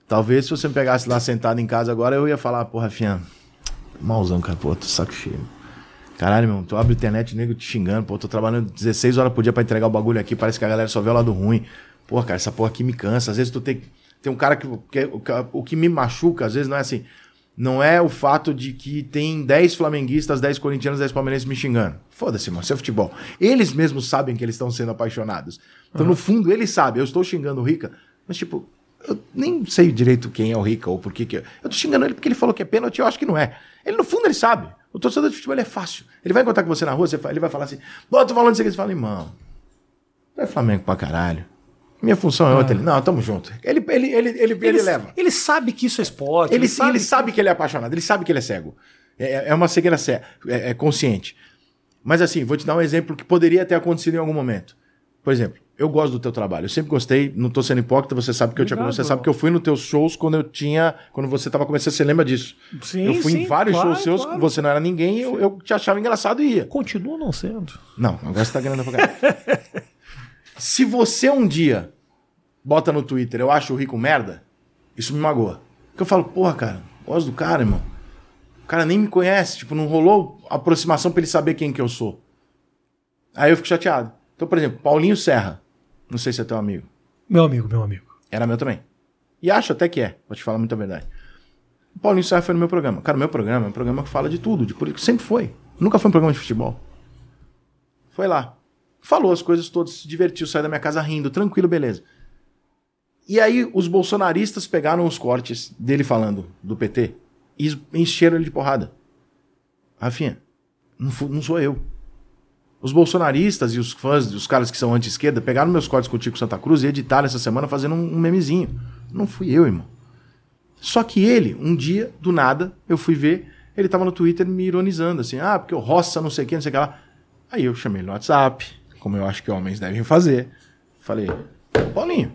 Talvez se você me pegasse lá sentado em casa agora, eu ia falar, porra, Rafinha, malzão, cara, pô, tô saco cheio. Caralho, meu, tu abre a internet, o nego te xingando, pô, tô trabalhando dezesseis horas por dia pra entregar o bagulho aqui, parece que a galera só vê o lado ruim. Pô, cara, essa porra aqui me cansa. Às vezes tu tem, tem um cara que, que, que... O que me machuca, às vezes, não é assim... Não é o fato de que tem dez flamenguistas, dez corintianos, dez palmeirenses me xingando. Foda-se, mano, isso é futebol. Eles mesmos sabem que eles estão sendo apaixonados. Então, uhum. no fundo, eles sabem. Eu estou xingando o Rica, mas, tipo, eu nem sei direito quem é o Rica ou por que que... Eu tô xingando ele porque ele falou que é pênalti, eu acho que não é. Ele, no fundo, ele sabe. O torcedor de futebol, ele é fácil. Ele vai encontrar com você na rua, você, ele vai falar assim, pô, tô falando isso aqui. Você fala, irmão, tu é Flamengo pra caralho. Minha função é outra. Ele, não, tamo junto. Ele, ele, ele, ele, ele, ele leva. Ele sabe que isso é esporte. Ele, ele, sabe, ele que... sabe que ele é apaixonado, ele sabe que ele é cego. É, é uma cegueira cega, é, é consciente. Mas assim, vou te dar um exemplo que poderia ter acontecido em algum momento. Por exemplo, eu gosto do teu trabalho. Eu sempre gostei, não tô sendo hipócrita, você sabe que Obrigado. eu te Você sabe que eu fui nos teus shows quando eu tinha. Quando você tava começando, você lembra disso? Sim, eu fui sim, em vários claro, shows seus, claro. você não era ninguém, eu, eu te achava engraçado e ia. Continua não sendo. Não, agora você tá ganhando pra caralho. Se você um dia bota no Twitter, eu acho o Rico merda, isso me magoa. Porque eu falo, porra, cara, gosto do cara, irmão. O cara nem me conhece, tipo, não rolou aproximação pra ele saber quem que eu sou. Aí eu fico chateado. Então, por exemplo, Paulinho Serra, não sei se é teu amigo. Meu amigo, meu amigo. Era meu também. E acho até que é, vou te falar muita verdade. O Paulinho Serra foi no meu programa. Cara, o meu programa é um programa que fala de tudo, de política. Sempre foi. Nunca foi um programa de futebol. Foi lá. Falou as coisas todas, se divertiu, saiu da minha casa rindo, tranquilo, beleza. E aí os bolsonaristas pegaram os cortes dele falando do P T e encheram ele de porrada. Rafinha, não, não sou eu. Os bolsonaristas e os fãs, os caras que são anti-esquerda, pegaram meus cortes com o Tico Santa Cruz e editaram essa semana fazendo um, um memezinho. Não fui eu, irmão. Só que ele, um dia, do nada, eu fui ver, ele tava no Twitter me ironizando, assim, ah, porque o Roça não sei o que, não sei o que lá. Aí eu chamei ele no WhatsApp, como eu acho que homens devem fazer. Falei, Paulinho,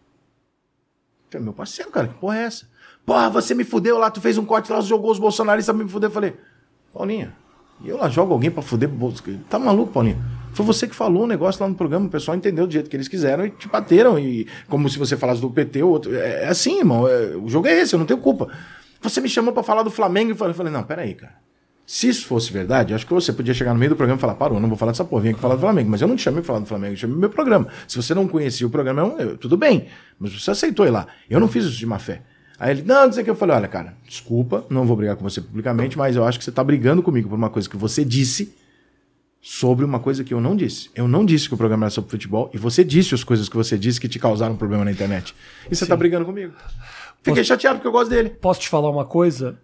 meu parceiro, cara, que porra é essa? Porra, você me fudeu lá, tu fez um corte lá, jogou os bolsonaristas, me fudeu. Eu falei, Paulinho, e eu lá jogo alguém pra fuder? Tá maluco, Paulinho? Foi você que falou o um negócio lá no programa, o pessoal entendeu do jeito que eles quiseram e te bateram, e como se você falasse do P T ou outro. É, é assim, irmão, é, o jogo é esse, eu não tenho culpa. Você me chamou pra falar do Flamengo e eu falei, não, peraí, cara. Se isso fosse verdade, acho que você podia chegar no meio do programa e falar, parou, não vou falar dessa porra, vim aqui falar do Flamengo. Mas eu não te chamei pra falar do Flamengo, eu chamei meu programa. Se você não conhecia o programa, eu, eu, tudo bem, mas você aceitou ir lá. Eu não fiz isso de má fé. Aí ele, não, não sei o que. Eu falei, olha, cara, desculpa, não vou brigar com você publicamente, mas eu acho que você tá brigando comigo por uma coisa que você disse sobre uma coisa que eu não disse. Eu não disse que o programa era sobre futebol e você disse as coisas que você disse que te causaram problema na internet. E você Sim. tá brigando comigo. Fiquei Posso... chateado porque eu gosto dele. Posso te falar uma coisa?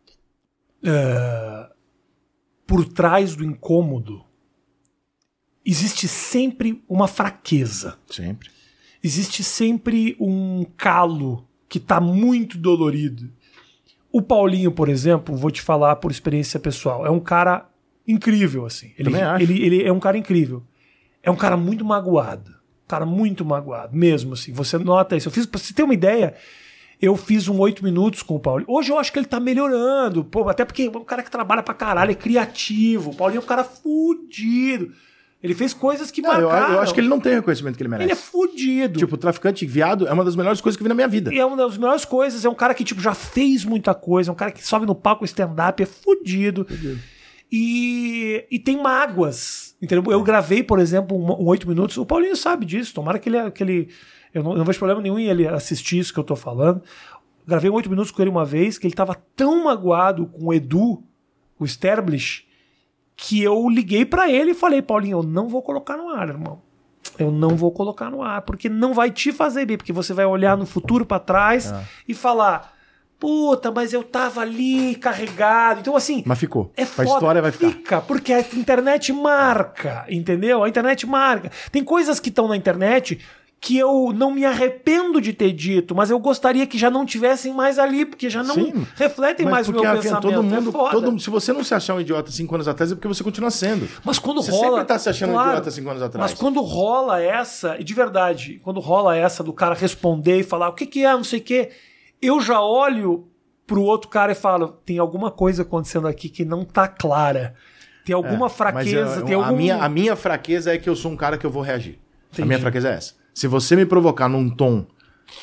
É... Por trás do incômodo existe sempre uma fraqueza. Sempre. Existe sempre um calo que tá muito dolorido. O Paulinho, por exemplo, vou te falar por experiência pessoal, é um cara incrível, assim. Ele, Também acho. Ele, ele é um cara incrível. É um cara muito magoado. Um cara muito magoado, mesmo assim. Você nota isso. Eu fiz, pra você ter uma ideia, eu fiz um oito minutos com o Paulinho. Hoje eu acho que ele tá melhorando. Pô, até porque é um cara que trabalha pra caralho, é criativo. O Paulinho é um cara fudido. Ele fez coisas que não, marcaram. Eu, eu acho que ele não tem o reconhecimento que ele merece. Ele é fudido. Tipo, o Traficante Viado é uma das melhores coisas que eu vi na minha vida. E é uma das melhores coisas. É um cara que tipo, já fez muita coisa. É um cara que sobe no palco stand-up. É fudido. fudido. E, e tem mágoas. Entendeu? Eu gravei, por exemplo, um oito minutos. O Paulinho sabe disso. Tomara que ele... Que ele eu, não, eu não vejo problema nenhum em ele assistir isso que eu tô falando. Gravei oito minutos com ele uma vez, que ele tava tão magoado com o Edu, o Sterblich, que eu liguei pra ele e falei, Paulinho, eu não vou colocar no ar, irmão. Eu não vou colocar no ar, porque não vai te fazer bem, porque você vai olhar no futuro pra trás ah. e falar, puta, mas eu tava ali carregado. Então, assim... Mas ficou. É foda. A história vai ficar. Fica, porque a internet marca, entendeu? A internet marca. Tem coisas que estão na internet que eu não me arrependo de ter dito, mas eu gostaria que já não tivessem mais ali, porque já não Sim, refletem mais o meu pensamento. Todo mundo, é foda. Todo, se você não se achar um idiota cinco anos atrás, é porque você continua sendo. Mas quando você rola... Você sempre tá se achando claro, um idiota cinco anos atrás. Mas quando rola essa, e de verdade, quando rola essa do cara responder e falar o que que é, não sei o que, eu já olho pro outro cara e falo, tem alguma coisa acontecendo aqui que não tá clara. Tem alguma é, fraqueza, eu, tem a algum... Minha, a minha fraqueza é que eu sou um cara que eu vou reagir. Entendi. A minha fraqueza é essa. Se você me provocar num tom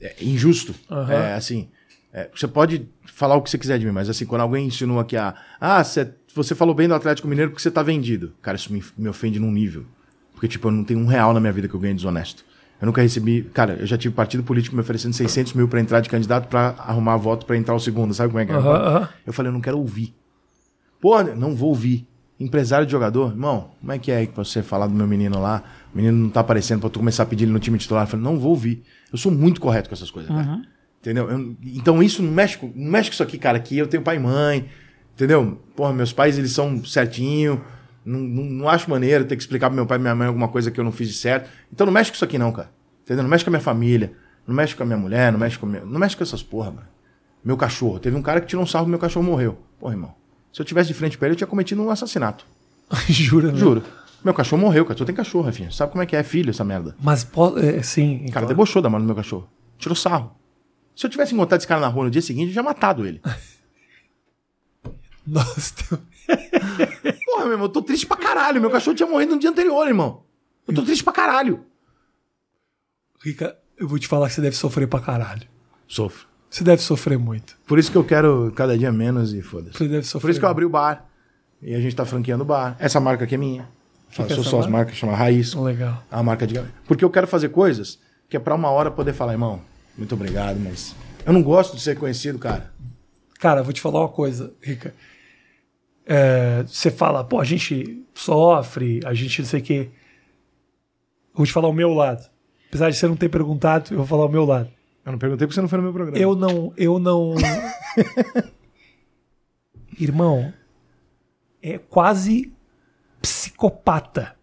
é injusto. Uhum. É assim, é, você pode falar o que você quiser de mim, mas assim, quando alguém insinua que a, ah, cê, você falou bem do Atlético Mineiro porque você tá vendido. Cara, isso me, me ofende num nível. Porque, tipo, eu não tenho um real na minha vida que eu ganhei desonesto. Eu nunca recebi... Cara, eu já tive partido político me oferecendo seiscentos mil pra entrar de candidato pra arrumar voto pra entrar o segundo. Sabe como é que é? Uhum, uhum. Eu falei, eu não quero ouvir. Pô, não vou ouvir. Empresário de jogador? Irmão, como é que é aí pra você falar do meu menino lá? O menino não tá aparecendo pra tu começar a pedir ele no time titular. Eu falei, não vou ouvir. Eu sou muito correto com essas coisas, uhum. cara. Entendeu? Eu, então isso não mexe, com, não mexe com isso aqui, cara. Aqui eu tenho pai e mãe. Entendeu? Porra, meus pais, eles são certinho. Não, não, não acho maneiro ter que explicar pro meu pai e minha mãe alguma coisa que eu não fiz de certo. Então não mexe com isso aqui não, cara. Entendeu? Não mexe com a minha família. Não mexe com a minha mulher. Não mexe com, minha, não mexe com essas porra, mano. Meu cachorro. Teve um cara que tirou um sarro e meu cachorro morreu. Porra, irmão. Se eu tivesse de frente pra ele, eu tinha cometido um assassinato. Jura, né? Juro. Meu cachorro morreu, cara. Tu tem cachorro, Rafinha. Sabe como é que é filho essa merda? Mas, é, sim... O cara debochou da mão do meu cachorro. Tirou sarro. Se eu tivesse encontrado esse cara na rua no dia seguinte, eu já matado ele. Nossa... Porra, meu irmão, eu tô triste pra caralho. Meu cachorro tinha morrido no dia anterior, irmão. Eu tô triste pra caralho. Rica, eu vou te falar que você deve sofrer pra caralho. Sofro. Você deve sofrer muito. Por isso que eu quero cada dia menos e foda-se. Você deve sofrer. Por isso que eu abri o bar. E a gente tá franqueando o bar. Essa marca aqui é minha. Que Eu que é sou essa só as marca? marcas, chama Raiz. Legal. É uma marca de... Porque eu quero fazer coisas que é pra uma hora poder falar, irmão, muito obrigado, mas... Eu não gosto de ser conhecido, cara. Cara, eu vou te falar uma coisa, Rica. É, você fala, pô, a gente sofre, a gente não sei o quê. Eu vou te falar o meu lado. Apesar de você não ter perguntado, eu vou falar o meu lado. Eu não perguntei porque você não foi no meu programa. Eu não, eu não... Irmão, é quase psicopata.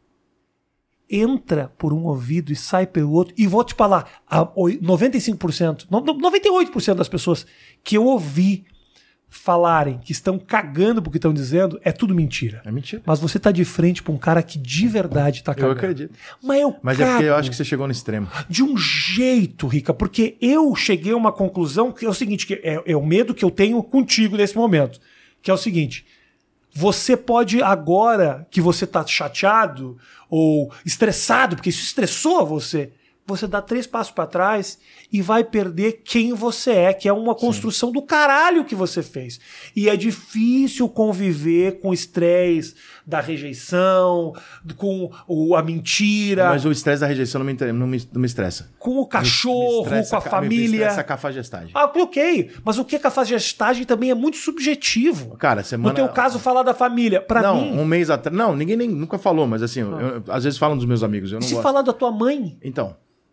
Entra por um ouvido e sai pelo outro. E vou te falar, a noventa e cinco por cento, noventa e oito por cento das pessoas que eu ouvi falarem que estão cagando pro que estão dizendo, é tudo mentira. É mentira. Mas você tá de frente pra um cara que de verdade tá cagando. Eu acredito. Mas eu Mas cago é porque eu acho que você chegou no extremo. de um jeito, Rica, porque eu cheguei a uma conclusão que é o seguinte, que é, é o medo que eu tenho contigo nesse momento, que é o seguinte: você pode agora que você tá chateado ou estressado, porque isso estressou você, você dá três passos pra trás e vai perder quem você é, que é uma construção Sim. do caralho que você fez. E é difícil conviver com o estresse da rejeição, com o, a mentira. Mas o estresse da rejeição não me, não me, não me estressa. Com o cachorro, me, me com a família. Me estressa a cafajestagem. Ah, ok. Mas o que é cafajestagem também é muito subjetivo. Cara, semana... No teu caso, falar da família. Pra não, mim... um mês atrás... Não, ninguém nem, nunca falou, mas assim, ah. eu, às vezes falam dos meus amigos, eu não Se gosto. falar da tua mãe... Então...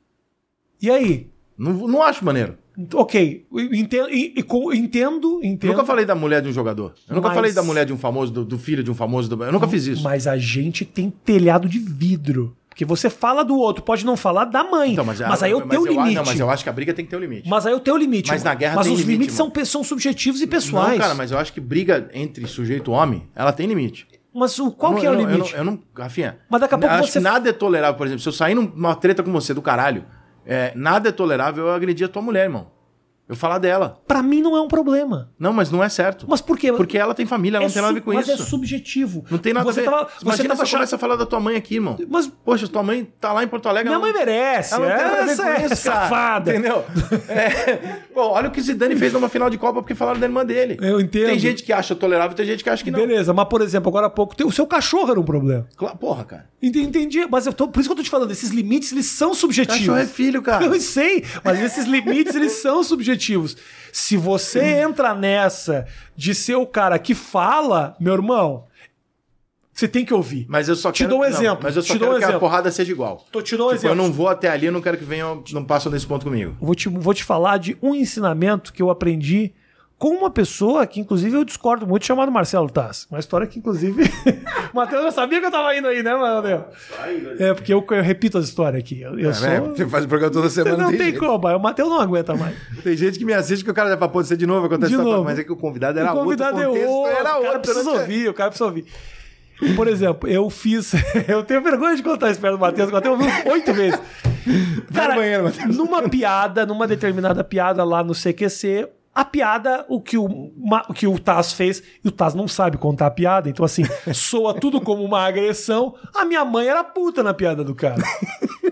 E aí? Não, não acho maneiro. Ok, entendo, entendo, entendo. Eu nunca falei da mulher de um jogador. Eu nunca mas... falei da mulher de um famoso, do, do filho de um famoso. Do... Eu nunca fiz isso. Mas a gente tem telhado de vidro. Porque você fala do outro, pode não falar da mãe. Então, mas, mas aí é o teu limite. Não, mas eu acho que a briga tem que ter um limite. Mas aí é o teu limite. Mas na guerra mas tem os limite, limites são, mano. são subjetivos e pessoais. Não, cara, mas eu acho que briga entre sujeito e homem, ela tem limite. Mas o, qual não, que é o eu limite? Não, eu não, eu não Rafinha, mas daqui a pouco acho você... que nada é tolerável. Por exemplo, se eu sair numa treta com você do caralho, é, nada é tolerável eu agredir a tua mulher, irmão. Eu falar dela. Pra mim não é um problema. Não, mas não é certo. Mas por quê? Porque ela tem família, ela é não tem nada a ver com mas isso. Mas é subjetivo. Não tem nada você a ver. Tava, Imagina você tava se achando... começa a falar da tua mãe aqui, irmão. Mas... Poxa, tua mãe tá lá em Porto Alegre. Minha ela... mãe merece. Ela não tem nada a ver essa com é isso, safada. Entendeu? É... Pô, olha o que Zidane fez numa final de Copa porque falaram da irmã dele. Eu entendo. Tem gente que acha tolerável, tem gente que acha que não. Beleza, mas por exemplo, agora há pouco, o seu cachorro era um problema. Claro, porra, cara. Entendi, mas eu tô, por isso que eu tô te falando, esses limites, eles são subjetivos. Cachorro é filho, cara. Eu sei, mas esses limites, eles são subjetivos. Se você entra nessa de ser o cara que fala, meu irmão, você tem que ouvir. Mas eu só te quero... dou um não, exemplo. Mas eu só te quero um que exemplo. a porrada seja igual. Tô te dou um tipo, exemplo. eu não vou até ali, eu não quero que venham, não passam desse ponto comigo. Vou te, vou te falar de um ensinamento que eu aprendi com uma pessoa que, inclusive, eu discordo muito, chamado Marcelo Taz. Uma história que, inclusive... o Matheus já sabia que eu tava indo aí, né, Matheus? É, porque eu, eu repito as histórias aqui. Eu, eu é, sou... né? Você faz o programa toda semana. Não tem, tem tem como, o Matheus não aguenta mais. Tem gente que me assiste que o cara já vai pode ser de novo, acontece de novo. Mas é que o convidado era o convidado outro, o é outro, era o cara outro. precisa né? ouvir, o cara precisa ouvir. Por exemplo, eu fiz... eu tenho vergonha de contar isso perto do Matheus, que eu até ouvi oito vezes. Cara, banheiro, numa piada, numa determinada piada lá no C Q C... A piada, o que o, o que o Taz fez, e o Taz não sabe contar a piada, então assim, soa tudo como uma agressão. A minha mãe era puta na piada do cara.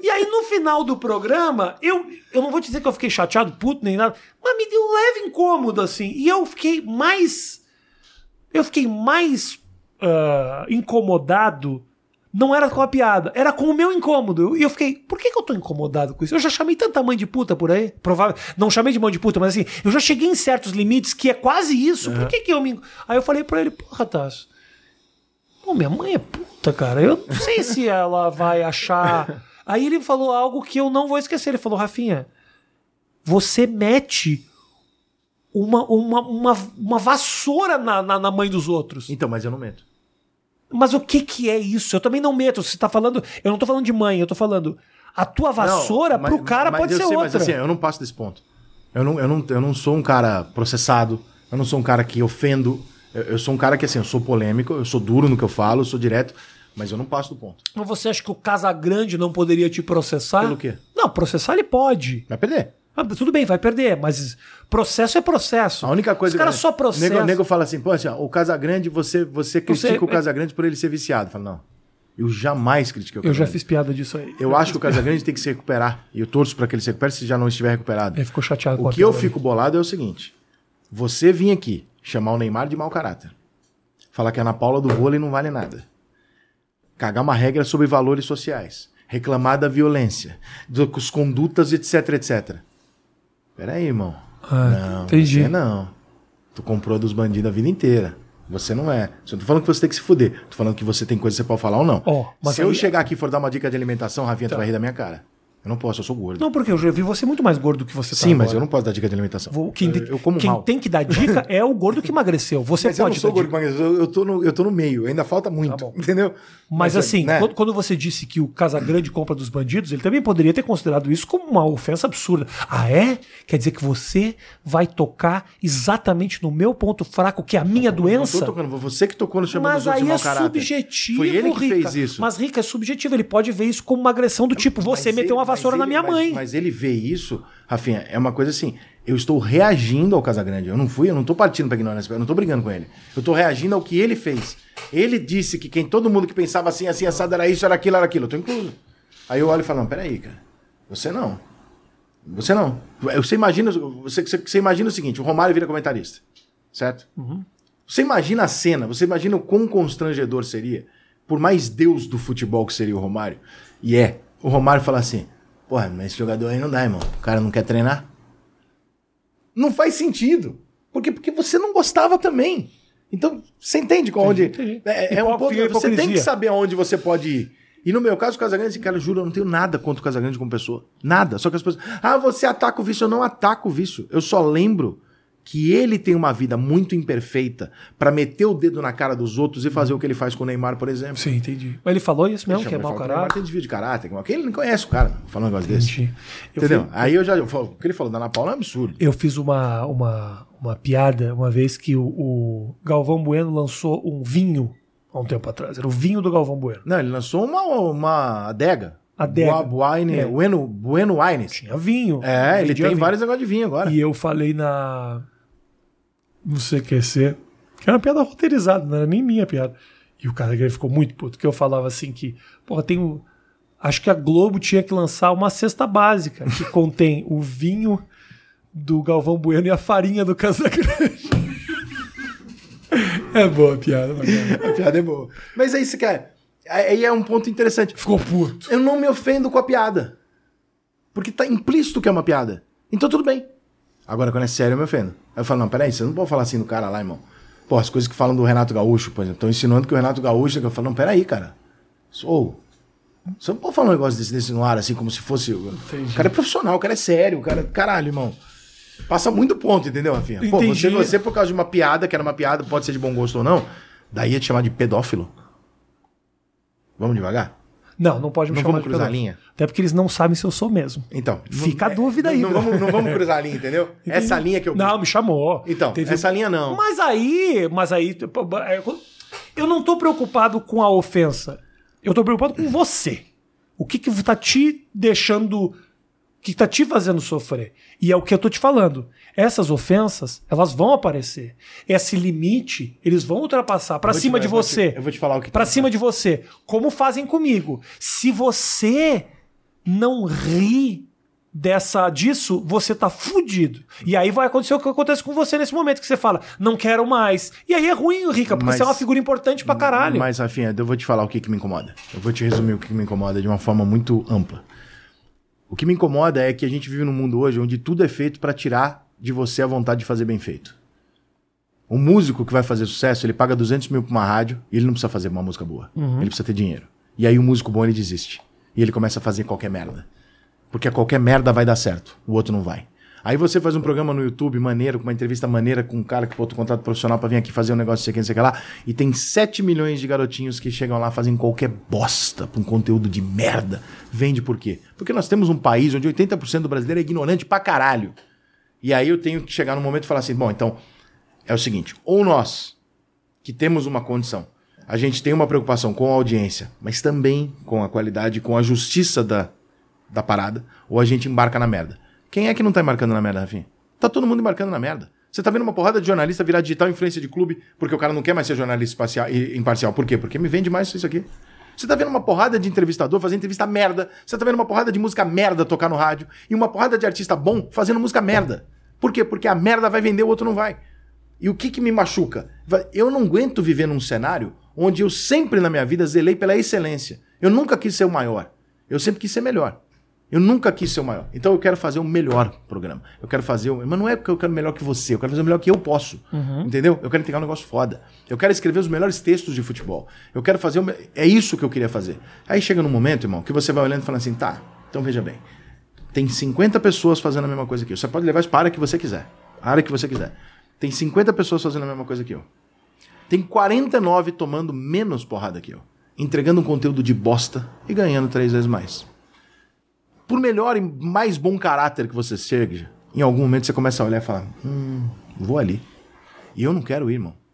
E aí, no final do programa, eu, eu não vou dizer que eu fiquei chateado, puto, nem nada, mas me deu um leve incômodo, assim. E eu fiquei mais... Eu fiquei mais uh, incomodado. Não era com a piada, era com o meu incômodo. E eu fiquei, por que, que eu tô incomodado com isso? Eu já chamei tanta mãe de puta por aí. Provável, não chamei de mãe de puta, mas assim, eu já cheguei em certos limites que é quase isso. Uhum. Por que, que eu me... Aí eu falei pra ele, porra, Tasso, pô, minha mãe é puta, cara. Eu não sei se ela vai achar... Aí ele falou algo que eu não vou esquecer. Ele falou, Rafinha, você mete uma, uma, uma, uma vassoura na, na, na mãe dos outros. Então, mas eu não meto. Mas o que que é isso? Eu também não meto. Você tá falando... Eu não tô falando de mãe, eu tô falando... A tua vassoura, não, mas, pro cara mas pode ser sei, outra. Mas assim, eu não passo desse ponto. Eu não, eu, não, eu não sou um cara processado. Eu não sou um cara que ofendo. Eu, eu sou um cara que, assim, eu sou polêmico, eu sou duro no que eu falo, eu sou direto, mas eu não passo do ponto. Mas você acha que o Casagrande não poderia te processar? Pelo quê? Não, processar ele pode. Vai perder. Ah, tudo bem, vai perder, mas processo é processo. A única coisa... Os caras só processam. O nego, nego fala assim, pô, assim, ó, o Casagrande, você, você critica você... o Casagrande por ele ser viciado. Fala, não, eu jamais critiquei o Casagrande. Eu já fiz piada disso aí. Eu, eu acho que o Casagrande tem que se recuperar. E eu torço para que ele se recupere se já não estiver recuperado. Ele ficou chateado com o que eu fico bolado é o seguinte, você vir aqui chamar o Neymar de mau caráter, falar que a Ana Paula do vôlei não vale nada, cagar uma regra sobre valores sociais, reclamar da violência, das condutas, etc, etcétera. Peraí, irmão. Ah, não, entendi. Você não. Tu comprou dos bandidos a vida inteira. Você não é. Eu não tô falando que você tem que se fuder. Tô falando que você tem coisa que você pode falar ou não. Oh, mas se aí... eu chegar aqui e for dar uma dica de alimentação, Rafinha, tá. tu vai rir da minha cara. Eu não posso, eu sou gordo. Não, porque eu já vi você muito mais gordo do que você tá Sim, agora. mas eu não posso dar dica de alimentação. Vou, quem tem, eu, eu como quem mal. tem que dar dica é o gordo que emagreceu. Você mas pode eu não sou dar gordo dica. que emagreceu. Eu, eu, tô no, eu tô no meio. Ainda falta muito. Tá bom. Entendeu? Mas, mas assim, né? quando, quando você disse que o Casagrande compra dos bandidos, ele também poderia ter considerado isso como uma ofensa absurda. Ah, é? Quer dizer que você vai tocar exatamente no meu ponto fraco, que é a minha doença? Não tô tocando. Você que tocou no chamando Mas dos outros de aí é mau caráter. subjetivo, Foi ele que Rica. fez isso. Mas, Rica, é subjetivo. Ele pode ver isso como uma agressão do tipo, você Mas meteu ele, uma vassoura ele, na minha mas, mãe. Mas ele vê isso, Rafinha, é uma coisa assim, eu estou reagindo ao Casagrande. Eu não fui, eu não tô partindo pra ignorância, eu não tô brigando com ele. Eu tô reagindo ao que ele fez. Ele disse que quem todo mundo que pensava assim, assim, assado, era isso, era aquilo, era aquilo. Eu tô incluso. Aí eu olho e falo, não, peraí, cara. Você não. Você não. Você imagina, você, você imagina o seguinte, o Romário vira comentarista, certo? Uhum. Você imagina a cena, você imagina o quão constrangedor seria, por mais deus do futebol que seria o Romário, e é, o Romário fala assim, porra, mas esse jogador aí não dá, irmão. O cara não quer treinar. Não faz sentido. Por quê? Porque você não gostava também. Então, você entende com onde... Entendi. É, é um ponto, você tem que saber aonde você pode ir. E no meu caso, o Casagrande, assim, cara, eu juro, eu não tenho nada contra o Casagrande como pessoa. Nada. Só que as pessoas... Ah, você ataca o vício. Eu não ataco o vício. Eu só lembro que ele tem uma vida muito imperfeita pra meter o dedo na cara dos outros e fazer o que ele faz com o Neymar, por exemplo. Sim, entendi. Mas ele falou isso mesmo, que é mau caráter? O Neymar tem desvio de caráter. Que ele não conhece o cara. Fala um negócio Entendi. desse. Eu Entendeu? fui... Aí eu já... O que ele falou da Ana Paula é um absurdo. Eu fiz uma, uma, uma piada uma vez que o, o Galvão Bueno lançou um vinho há um tempo atrás. Era o vinho do Galvão Bueno. Não, ele lançou uma, uma adega. Adega. Wine, É. Bueno, bueno Wines. Tinha vinho. É, ele Vendia tem vinho. vários negócios de vinho agora. E eu falei na... No C Q C, que era uma piada roteirizada, não era nem minha piada. E o cara ficou muito puto, que eu falava assim que, porra, tem um... Acho que a Globo tinha que lançar uma cesta básica que contém o vinho do Galvão Bueno e a farinha do Casagrande. É boa a piada. A piada é boa. Mas aí você quer... Aí é um ponto interessante. Ficou puto. Eu não me ofendo com a piada. Porque tá implícito que é uma piada. Então tudo bem. Agora, quando é sério, eu me ofendo. Aí eu falo, não, peraí, você não pode falar assim do cara lá, irmão. Pô, as coisas que falam do Renato Gaúcho, por exemplo. Estão insinuando que o Renato Gaúcho... Eu falo, não, peraí, cara. Ou... Você não pode falar um negócio desse, desse no ar, assim, como se fosse... Entendi. O cara é profissional, o cara é sério, o cara... Caralho, irmão. Passa muito ponto, entendeu, Rafinha? Pô, você, você, por causa de uma piada, que era uma piada, pode ser de bom gosto ou não, daí ia te chamar de pedófilo. Vamos devagar? Não, não pode me não chamar vamos de cruzar a pedófilo. linha? Até porque eles não sabem se eu sou mesmo. Então. Fica não, a dúvida aí. Não, não, vamos, não vamos cruzar a linha, entendeu? Entendi. Essa linha que eu... Não, me chamou. Então, Teve... essa linha não. Mas aí... Mas aí... Eu não tô preocupado com a ofensa. Eu tô preocupado com você. O que que tá te deixando... O que tá te fazendo sofrer. E é o que eu tô te falando. Essas ofensas, elas vão aparecer. Esse limite, eles vão ultrapassar pra cima te, de eu você. Te, eu vou te falar o que... Pra cima de você. Como fazem comigo. Se você não ri dessa, disso, você tá fudido. E aí vai acontecer o que acontece com você nesse momento, que você fala, não quero mais. E aí é ruim, Rica, porque Mas- você é uma figura importante pra caralho. Mas, Rafinha, eu vou te falar o que, que me incomoda. Eu vou te resumir o que, que me incomoda de uma forma muito ampla. O que me incomoda é que a gente vive num mundo hoje onde tudo é feito pra tirar de você a vontade de fazer bem feito. O músico que vai fazer sucesso, ele paga duzentos mil pra uma rádio e ele não precisa fazer uma música boa. Uhum. Ele precisa ter dinheiro. E aí o músico bom, ele desiste. E ele começa a fazer qualquer merda. Porque qualquer merda vai dar certo, o outro não vai. Aí você faz um programa no YouTube maneiro, com uma entrevista maneira com um cara que botou contrato profissional pra vir aqui fazer um negócio, não sei o que, não sei o que lá, e tem sete milhões de garotinhos que chegam lá, fazem qualquer bosta, pra um conteúdo de merda. Vende por quê? Porque nós temos um país onde oitenta por cento do brasileiro é ignorante pra caralho. E aí eu tenho que chegar num momento e falar assim, bom, então, é o seguinte, ou nós, que temos uma condição, a gente tem uma preocupação com a audiência, mas também com a qualidade, com a justiça da, da parada, ou a gente embarca na merda. Quem é que não tá embarcando na merda, Rafinha? Tá todo mundo embarcando na merda. Você tá vendo uma porrada de jornalista virar digital influência de clube porque o cara não quer mais ser jornalista espacial, imparcial. Por quê? Porque me vende mais isso aqui. Você tá vendo uma porrada de entrevistador fazendo entrevista merda. Você tá vendo uma porrada de música merda tocar no rádio. E uma porrada de artista bom fazendo música merda. Por quê? Porque a merda vai vender, o outro não vai. E o que que me machuca? Eu não aguento viver num cenário onde eu sempre na minha vida zelei pela excelência. Eu nunca quis ser o maior. Eu sempre quis ser melhor. Eu nunca quis ser o maior. Então eu quero fazer o melhor programa. Eu quero fazer o... Mas não é porque eu quero melhor que você. Eu quero fazer o melhor que eu posso. Uhum. Entendeu? Eu quero entregar um negócio foda. Eu quero escrever os melhores textos de futebol. Eu quero fazer... O... É isso que eu queria fazer. Aí chega num momento, irmão, que você vai olhando e falando assim, tá, então veja bem. Tem cinquenta pessoas fazendo a mesma coisa que eu. Você pode levar isso para a área que você quiser. A área que você quiser. Tem cinquenta pessoas fazendo a mesma coisa que eu. Tem quarenta e nove tomando menos porrada que eu. Entregando um conteúdo de bosta e ganhando três vezes mais. Por melhor e mais bom caráter que você seja, em algum momento você começa a olhar e falar, hum, vou ali. E eu não quero ir, irmão.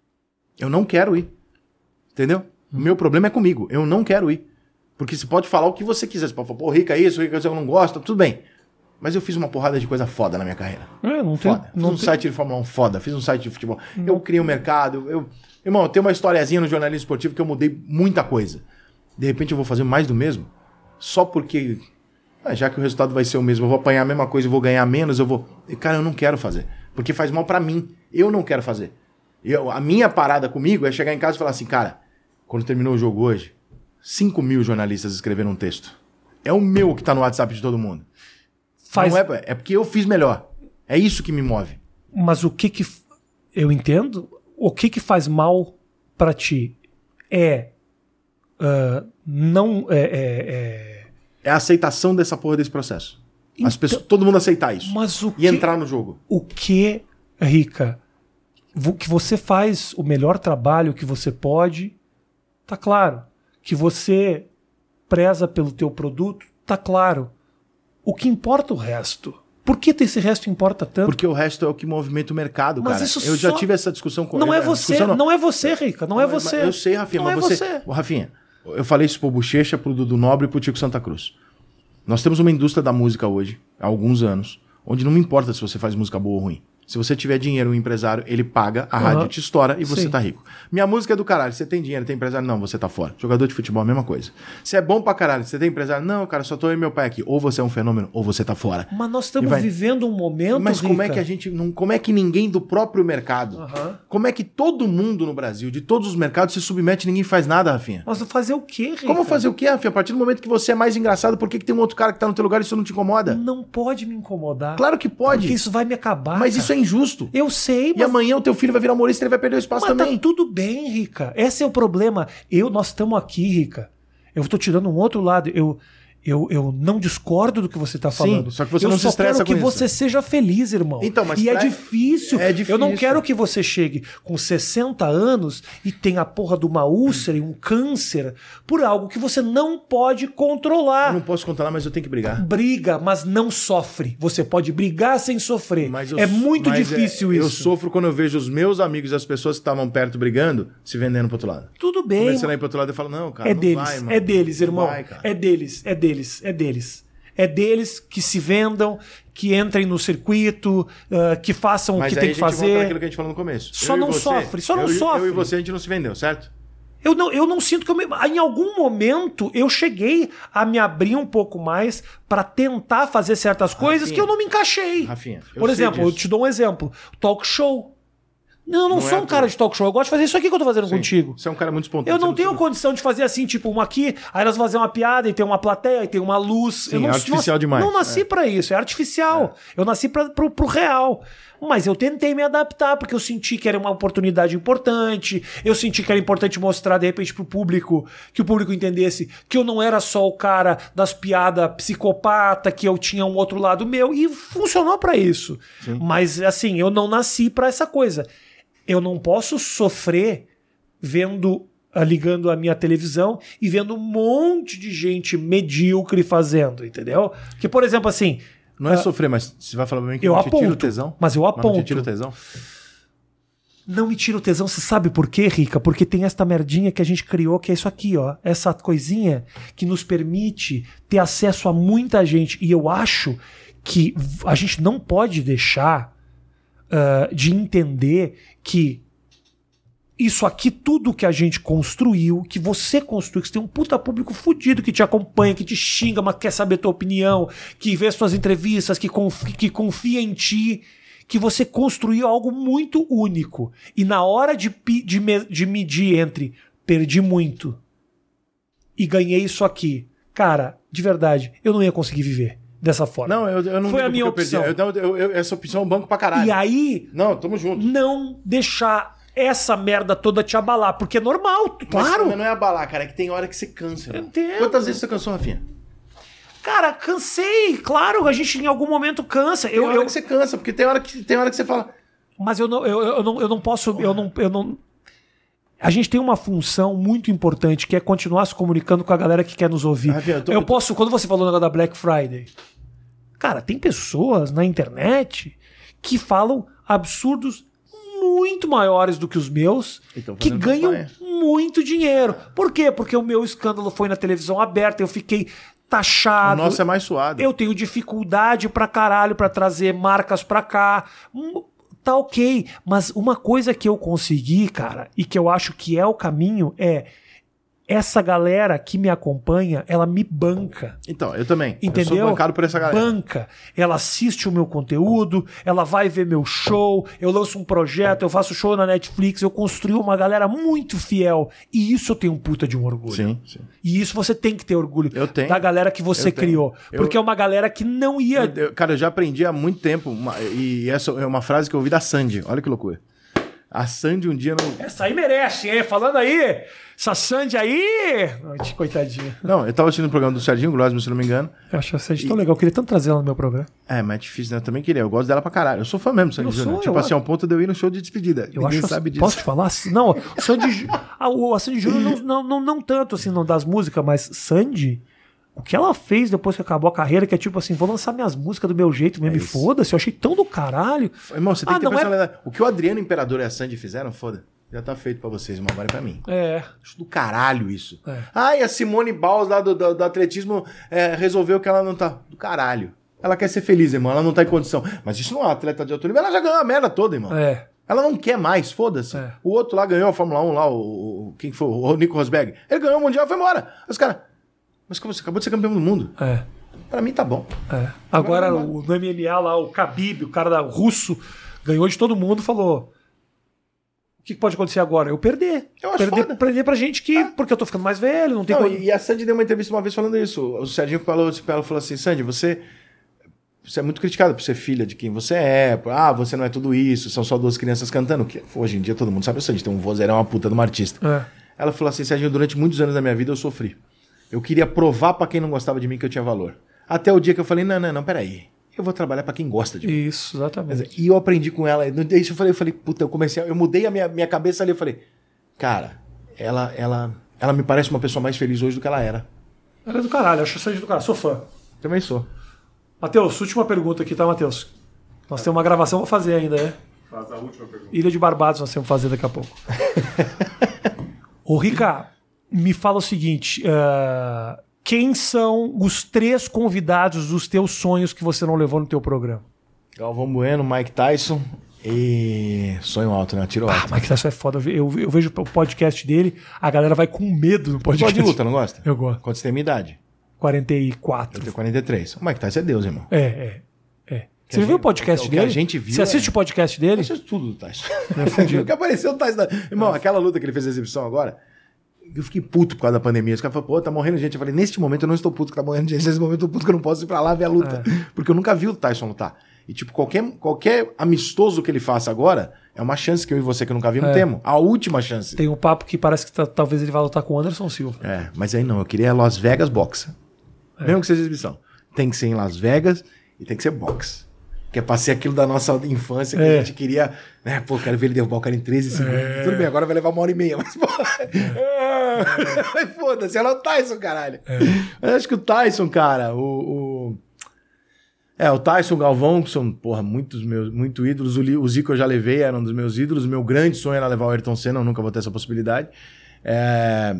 Eu não quero ir. Entendeu? O meu problema é comigo. Eu não quero ir. Porque você pode falar o que você quiser. Você pode falar, pô, Rica, isso, Rica, eu não gosto, tudo bem. Mas eu fiz uma porrada de coisa foda na minha carreira. É, não tem, foda. Fiz não um tem... site de Fórmula um foda, fiz um site de futebol. Não. Eu criei um mercado. Eu... Irmão, eu tenho uma historiazinha no jornalismo esportivo que eu mudei muita coisa. De repente eu vou fazer mais do mesmo? Só porque... Ah, já que o resultado vai ser o mesmo, eu vou apanhar a mesma coisa e vou ganhar menos, eu vou... Cara, eu não quero fazer. Porque faz mal pra mim. Eu não quero fazer. Eu, a minha parada comigo é chegar em casa e falar assim, cara, quando terminou o jogo hoje, cinco mil jornalistas escreveram um texto. É o meu que tá no WhatsApp de todo mundo. Faz... Não é, é porque eu fiz melhor. É isso que me move. Mas o que que... Eu entendo. O que que faz mal pra ti é... Uh, não... É... é, é... É a aceitação dessa porra desse processo. As Então, pessoas, todo mundo aceitar isso. Mas o e que, entrar no jogo. O que, Rica, que você faz o melhor trabalho que você pode, tá claro. Que você preza pelo teu produto, tá claro. O que importa o resto? Por que esse resto importa tanto? Porque o resto é o que movimenta o mercado, Mas cara. isso Eu já só... tive essa discussão com Não ele. é você, não. não é você, Rica, não, não é você. Eu sei, Rafinha, não mas é você... você. Ô, Rafinha, eu falei isso pro Bochecha, pro Dudu Nobre e pro Tico Santa Cruz. Nós temos uma indústria da música hoje, há alguns anos, onde não me importa se você faz música boa ou ruim. Se você tiver dinheiro, um empresário, ele paga, a uhum. rádio te estoura e você Sim. tá rico. Minha música é do caralho, você tem dinheiro, tem empresário? Não, você tá fora. Jogador de futebol, a mesma coisa. Você é bom pra caralho, você tem empresário? Não, cara, só tô eu e meu pai aqui. Ou você é um fenômeno, ou você tá fora. Mas nós estamos vai... vivendo um momento, Mas como Rica? é que a gente, não, como é que ninguém do próprio mercado, uhum. como é que todo mundo no Brasil, de todos os mercados, se submete e ninguém faz nada, Rafinha? Mas fazer o quê, Rica? Como fazer o quê, Rafinha? A partir do momento que você é mais engraçado, por que, que tem um outro cara que tá no teu lugar e isso não te incomoda? Não pode me incomodar. Claro que pode. Porque isso vai me acabar, Mas cara. isso é injusto. Eu sei, mas... E amanhã o teu filho vai virar humorista e ele vai perder o espaço mas também. Tá tudo bem, Rica. Esse é o problema. Eu, nós estamos aqui, Rica. Eu tô te dando um outro lado. Eu, eu, eu não discordo do que você tá falando. Sim, só que você eu não se estressa com isso. Eu só quero que você seja feliz, irmão. Então, mas e pra... é difícil. É difícil. Eu não quero que você chegue com sessenta anos e tenha a porra de uma úlcera e um câncer por algo que você não pode controlar. Eu não posso controlar, mas eu tenho que brigar. Briga, mas não sofre. Você pode brigar sem sofrer. Mas eu, é muito mas difícil é, isso. Eu sofro quando eu vejo os meus amigos e as pessoas que estavam perto brigando se vendendo pro outro lado. Tudo bem. Comecei a ir pro outro lado e falo, não, cara, é não deles, vai, mano. É deles, irmão. Vai, é deles, é deles, é deles. É deles que se vendam, que entrem no circuito, uh, que façam Mas o que tem que fazer. Mas aí a gente volta naquilo que a gente falou no começo. Só eu não você, sofre, só não eu, sofre. Eu e você, a gente não se vendeu, certo? Eu não, eu não sinto que eu me... Em algum momento eu cheguei a me abrir um pouco mais pra tentar fazer certas coisas Rafinha, que eu não me encaixei. Rafinha, eu Por sei exemplo, eu disso. te dou um exemplo. Talk show. Não, eu não, Não sou é um cara tu. de talk show. Eu gosto de fazer isso aqui que eu tô fazendo Sim, contigo. Você é um cara muito espontâneo. Eu não você tenho precisa- condição de fazer assim, tipo, um aqui, aí nós vamos fazer uma piada e tem uma plateia e tem uma luz. Sim, eu não, é artificial não, demais. Não nasci É. pra isso, é artificial. Eu nasci pra, pro, pro real. Mas eu tentei me adaptar, porque eu senti que era uma oportunidade importante, eu senti que era importante mostrar, de repente, pro público, que o público entendesse que eu não era só o cara das piadas psicopata, que eu tinha um outro lado meu, e funcionou pra isso. Mas, assim, eu não nasci pra essa coisa. Eu não posso sofrer vendo, ah, ligando a minha televisão e vendo um monte de gente medíocre fazendo, entendeu? Porque, por exemplo, assim, Não é sofrer, mas você vai falar pra mim que eu não te tira o aponto, tesão? mas eu Mas não aponto. te tira o tesão? não me tira o tesão, você sabe por quê, Rica? Porque tem esta merdinha que a gente criou, que é isso aqui, ó. Essa coisinha que nos permite ter acesso a muita gente. E eu acho que a gente não pode deixar uh, de entender que isso aqui, tudo que a gente construiu, que você construiu, que você tem um puta público fudido que te acompanha, que te xinga, mas quer saber a tua opinião, que vê suas entrevistas, que confia, que confia em ti, que você construiu algo muito único. E na hora de, de, de medir entre perdi muito e ganhei isso aqui, cara, de verdade, eu não ia conseguir viver dessa forma. Não, eu, eu não Foi a digo minha porque eu opção. perdi. Eu, eu, eu, essa opção é um banco pra caralho. E aí, Não, tamo junto. não deixar essa merda toda te abalar, porque é normal, Mas claro. também não é abalar, cara, é que tem hora que você cansa. Eu né? entendo. Quantas vezes você cansou, Rafinha? Cara, cansei. Claro, a gente em algum momento cansa. Tem Eu, hora eu, que você cansa, porque tem hora que, tem hora que você fala... mas eu não, eu, eu, não, eu não posso. Eu não, eu não. A gente tem uma função muito importante que é continuar se comunicando com a galera que quer nos ouvir. Rafinha, eu tô- Eu posso, quando você falou o negócio da Black Friday, cara, tem pessoas na internet que falam absurdos muito maiores do que os meus, Então, que fazendo ganham campanha. muito dinheiro. Por quê? Porque o meu escândalo foi na televisão aberta, eu fiquei O taxado. nosso é mais suado. Eu tenho dificuldade pra caralho pra trazer marcas pra cá. Hum, Tá ok, mas uma coisa que eu consegui, cara, e que eu acho que é o caminho é essa galera que me acompanha, ela me banca. Então, eu também. Entendeu? Eu sou bancado por essa galera. Banca. Ela assiste o meu conteúdo, ela vai ver meu show, eu lanço um projeto, eu faço show na Netflix, eu construí uma galera muito fiel. E isso eu tenho um puta de um orgulho. Sim, sim. E isso você tem que ter orgulho Eu tenho. da galera que você Eu tenho. criou. Eu- Porque é uma galera que não ia. Eu- eu- cara, eu já aprendi há muito tempo, uma- e essa é uma frase que eu ouvi da Sandy. Olha que loucura. A Sandy um dia não... Essa aí merece, hein? Falando aí, essa Sandy aí. Ai, coitadinha. Não, eu tava assistindo o programa do Serginho Grosman, se não me engano. Eu acho a Sandy tão legal. Eu queria tanto trazer ela no meu programa. É, mas é difícil, né? Eu também queria. Eu gosto dela pra caralho. Eu sou fã mesmo, Sandy Eu Júnior. sou, Tipo eu assim, ao ponto de eu ir no show de despedida. Eu Ninguém acho. sabe disso. Posso te falar? Não, Sandy. Ju- a, o- a Sandy Júnior não, não, não, não tanto assim, não das músicas, mas Sandy. O que ela fez depois que acabou a carreira, que é tipo assim, vou lançar minhas músicas do meu jeito mesmo, É e isso. foda-se, eu achei tão do caralho. Irmão, você tem Ah, que ter não é- personalidade. O que o Adriano Imperador e a Sandy fizeram, foda. Já tá feito pra vocês, irmão. Agora é pra mim. É. Acho do caralho isso. É. Ai, a Simone Biles lá do, do, do atletismo é, resolveu que ela não tá... Do caralho. Ela quer ser feliz, irmão. Ela não tá em condição. Mas isso não é um atleta de alto nível. Ela já ganhou a merda toda, irmão. É. Ela não quer mais, foda-se. É. O outro lá ganhou a Fórmula um, lá, o, o- quem foi? O Nico Rosberg. Ele ganhou o Mundial e foi embora. Os caras... Mas como você acabou de ser campeão do mundo? É. Pra mim tá bom. É. Agora, Agora, o, no M M A lá, o Khabib, o cara da, o russo, ganhou de todo mundo, falou: o que que pode acontecer agora? Eu perder. Eu acho perder, foda. perder pra gente que. Porque eu tô ficando mais velho, não tem Não, como. e a Sandy deu uma entrevista uma vez falando isso. O Serginho falou, ela falou assim, Sandy, você, você é muito criticada por ser filha de quem você é. Por, ah, você não é tudo isso, são só duas crianças cantando. Que hoje em dia todo mundo sabe a Sandy tem um vozeirão, uma puta de uma artista. É. Ela falou assim, Serginho, durante muitos anos da minha vida eu sofri. Eu queria provar pra quem não gostava de mim que eu tinha valor. Até o dia que eu falei, não, não, não, peraí. Eu vou trabalhar pra quem gosta de mim. Isso, exatamente. E eu aprendi com ela. No dia isso eu falei, eu falei, puta, eu comecei, a- eu mudei a minha, minha cabeça ali, eu falei, cara, ela, ela, ela me parece uma pessoa mais feliz hoje do que ela era. Ela é do caralho, acho a Sandy do caralho, sou fã. Também sou. Matheus, última pergunta aqui, tá, Matheus? Nós temos uma gravação pra fazer ainda, né? Faz a última pergunta. Ilha de Barbados nós temos que fazer daqui a pouco. Ô, Rica, me fala o seguinte: ah, quem são os três convidados dos teus sonhos que você não levou no teu programa? Galvão Bueno, Mike Tyson E... Sonho alto, né? Tiro alto. Ah, Mike Tyson é foda. Eu, eu vejo o podcast dele, a galera vai com medo no podcast. Gosta de luta, não gosta? Eu gosto. Quanto você tem minha idade? quarenta e quatro. Eu tenho quarenta e três. O Mike Tyson é Deus, irmão. É, é. é. Que Você a viu o gente- podcast o que a dele? gente viu Você assiste é- o podcast dele? Eu assisto tudo do Tyson. O que apareceu o Tyson. Irmão, aquela luta que ele fez a exibição agora, eu fiquei puto por causa da pandemia. Os caras falaram, pô, tá morrendo gente. Eu falei, neste momento eu não estou puto que tá morrendo gente. Nesse momento eu tô puto que eu não posso ir pra lá ver a luta. Porque eu nunca vi o Tyson lutar. E, tipo, qualquer, qualquer amistoso que ele faça agora é uma chance que eu e você que nunca vimos É. temos. A última chance. Tem um papo que parece que tá- talvez ele vá lutar com o Anderson Silva. É, mas aí não, eu queria Las Vegas boxe. É. Mesmo que seja exibição. Tem que ser em Las Vegas e tem que ser boxe. Que é pra ser aquilo da nossa infância que É. a gente queria. Né, pô, quero ver ele derrubar o cara em treze segundos. Tudo bem, agora vai levar uma hora e meia, mas pô. Mas foda-se, ela é o Tyson, caralho. Mas acho que o Tyson, cara, o. o... É, o Tyson, o Galvão, que são, porra, muitos meus, muito ídolos. O, Li- o Zico eu já levei, era um dos meus ídolos. Meu grande sonho era levar o Ayrton Senna, eu nunca vou ter essa possibilidade. É...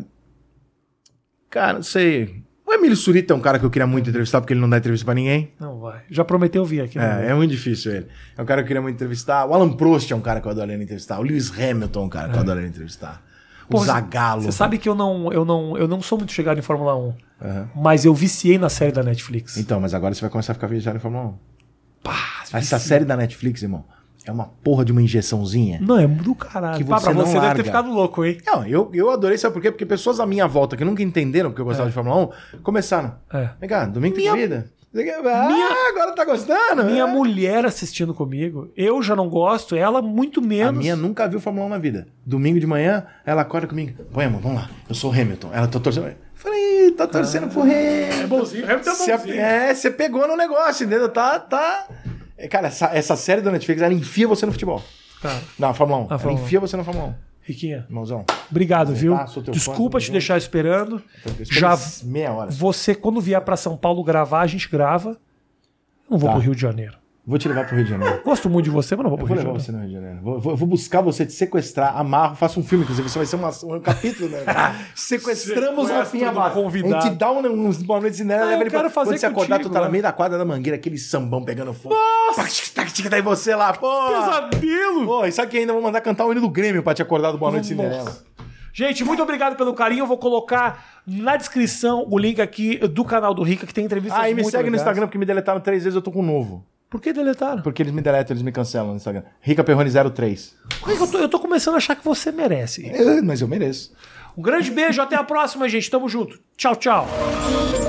Cara, não sei. O Emílio Surita é um cara que eu queria muito entrevistar, porque ele não dá entrevista pra ninguém. Não vai. Já prometeu vir aqui. né? É, é muito difícil ele. É um cara que eu queria muito entrevistar. O Alan Prost é um cara que eu adoraria entrevistar. O Lewis Hamilton é um cara que eu adoraria entrevistar. O Pô, Zagallo. Você sabe que eu não, eu, não, eu não sou muito chegado em Fórmula um, Aham. mas eu viciei na série da Netflix. Então, mas agora você vai começar a ficar viciado em Fórmula um. Pá, Essa vicia. série da Netflix, irmão, é uma porra de uma injeçãozinha. Não, é do caralho. Que Pá, você pra não você deve larga. ter ficado louco, hein? Não, eu, eu adorei, sabe por quê? Porque pessoas à minha volta que nunca entenderam porque eu gostava de Fórmula um, começaram. É. Vem cá, domingo tem Minha- corrida? Ah, Minha- agora tá gostando? Minha É. mulher assistindo comigo, eu já não gosto, ela muito menos. A minha nunca viu Fórmula um na vida. Domingo de manhã, ela acorda comigo. Põe, amor, vamos lá. Eu sou o Hamilton. Ela tá torcendo. Eu falei, tá torcendo pro Hamilton. É bonzinho, Hamilton é Você- bonzinho. É, você pegou no negócio, entendeu? Tá, tá. É, cara, essa, essa série da Netflix, ela enfia você no futebol. Tá. Não, Fórmula um. Ah, ela Fórmula um. enfia você na Fórmula um. Riquinha, Irmãozão. obrigado, viu? Tá, sou teu fã, Desculpa tamo te junto. deixar esperando. Eu Já esperei meia hora. você, quando vier pra São Paulo gravar, a gente grava. Eu não vou Tá. pro Rio de Janeiro. Vou te levar pro Rio de Janeiro. Gosto muito de você, mas não vou Eu pro vou Rio de levar Janeiro. você no Rio de Janeiro. Vou, vou, vou buscar você, te sequestrar, amarro, faço um filme, inclusive. Você vai ser uma- um capítulo, né? Sequestramos Sequestro o Rafinha do Bastos. A convidado. gente dá um- uns boa noite cinema, Ah, leva eu ele pra... quero fazer Quando você acordar, contigo, tu tá né? no meio da quadra da Mangueira, aquele sambão pegando fogo. Nossa! Daí você lá, pô! Pesadelo! Pô, e sabe que ainda vou mandar cantar o hino do Grêmio pra te acordar do Boa Noite Nossa. Cinderela. Gente, muito obrigado pelo carinho. Eu vou colocar na descrição o link aqui do canal do Rica, que tem entrevistas Ah, e me muito segue no legais. Instagram, porque me deletaram três vezes, eu tô com um novo. Por que deletaram? Porque eles me deletam, eles me cancelam no Instagram. Rica Perrone zero três. Por que que eu, tô, eu tô começando a achar que você merece. É, mas eu mereço. Um grande beijo, até a próxima, gente. Tamo junto. Tchau, tchau.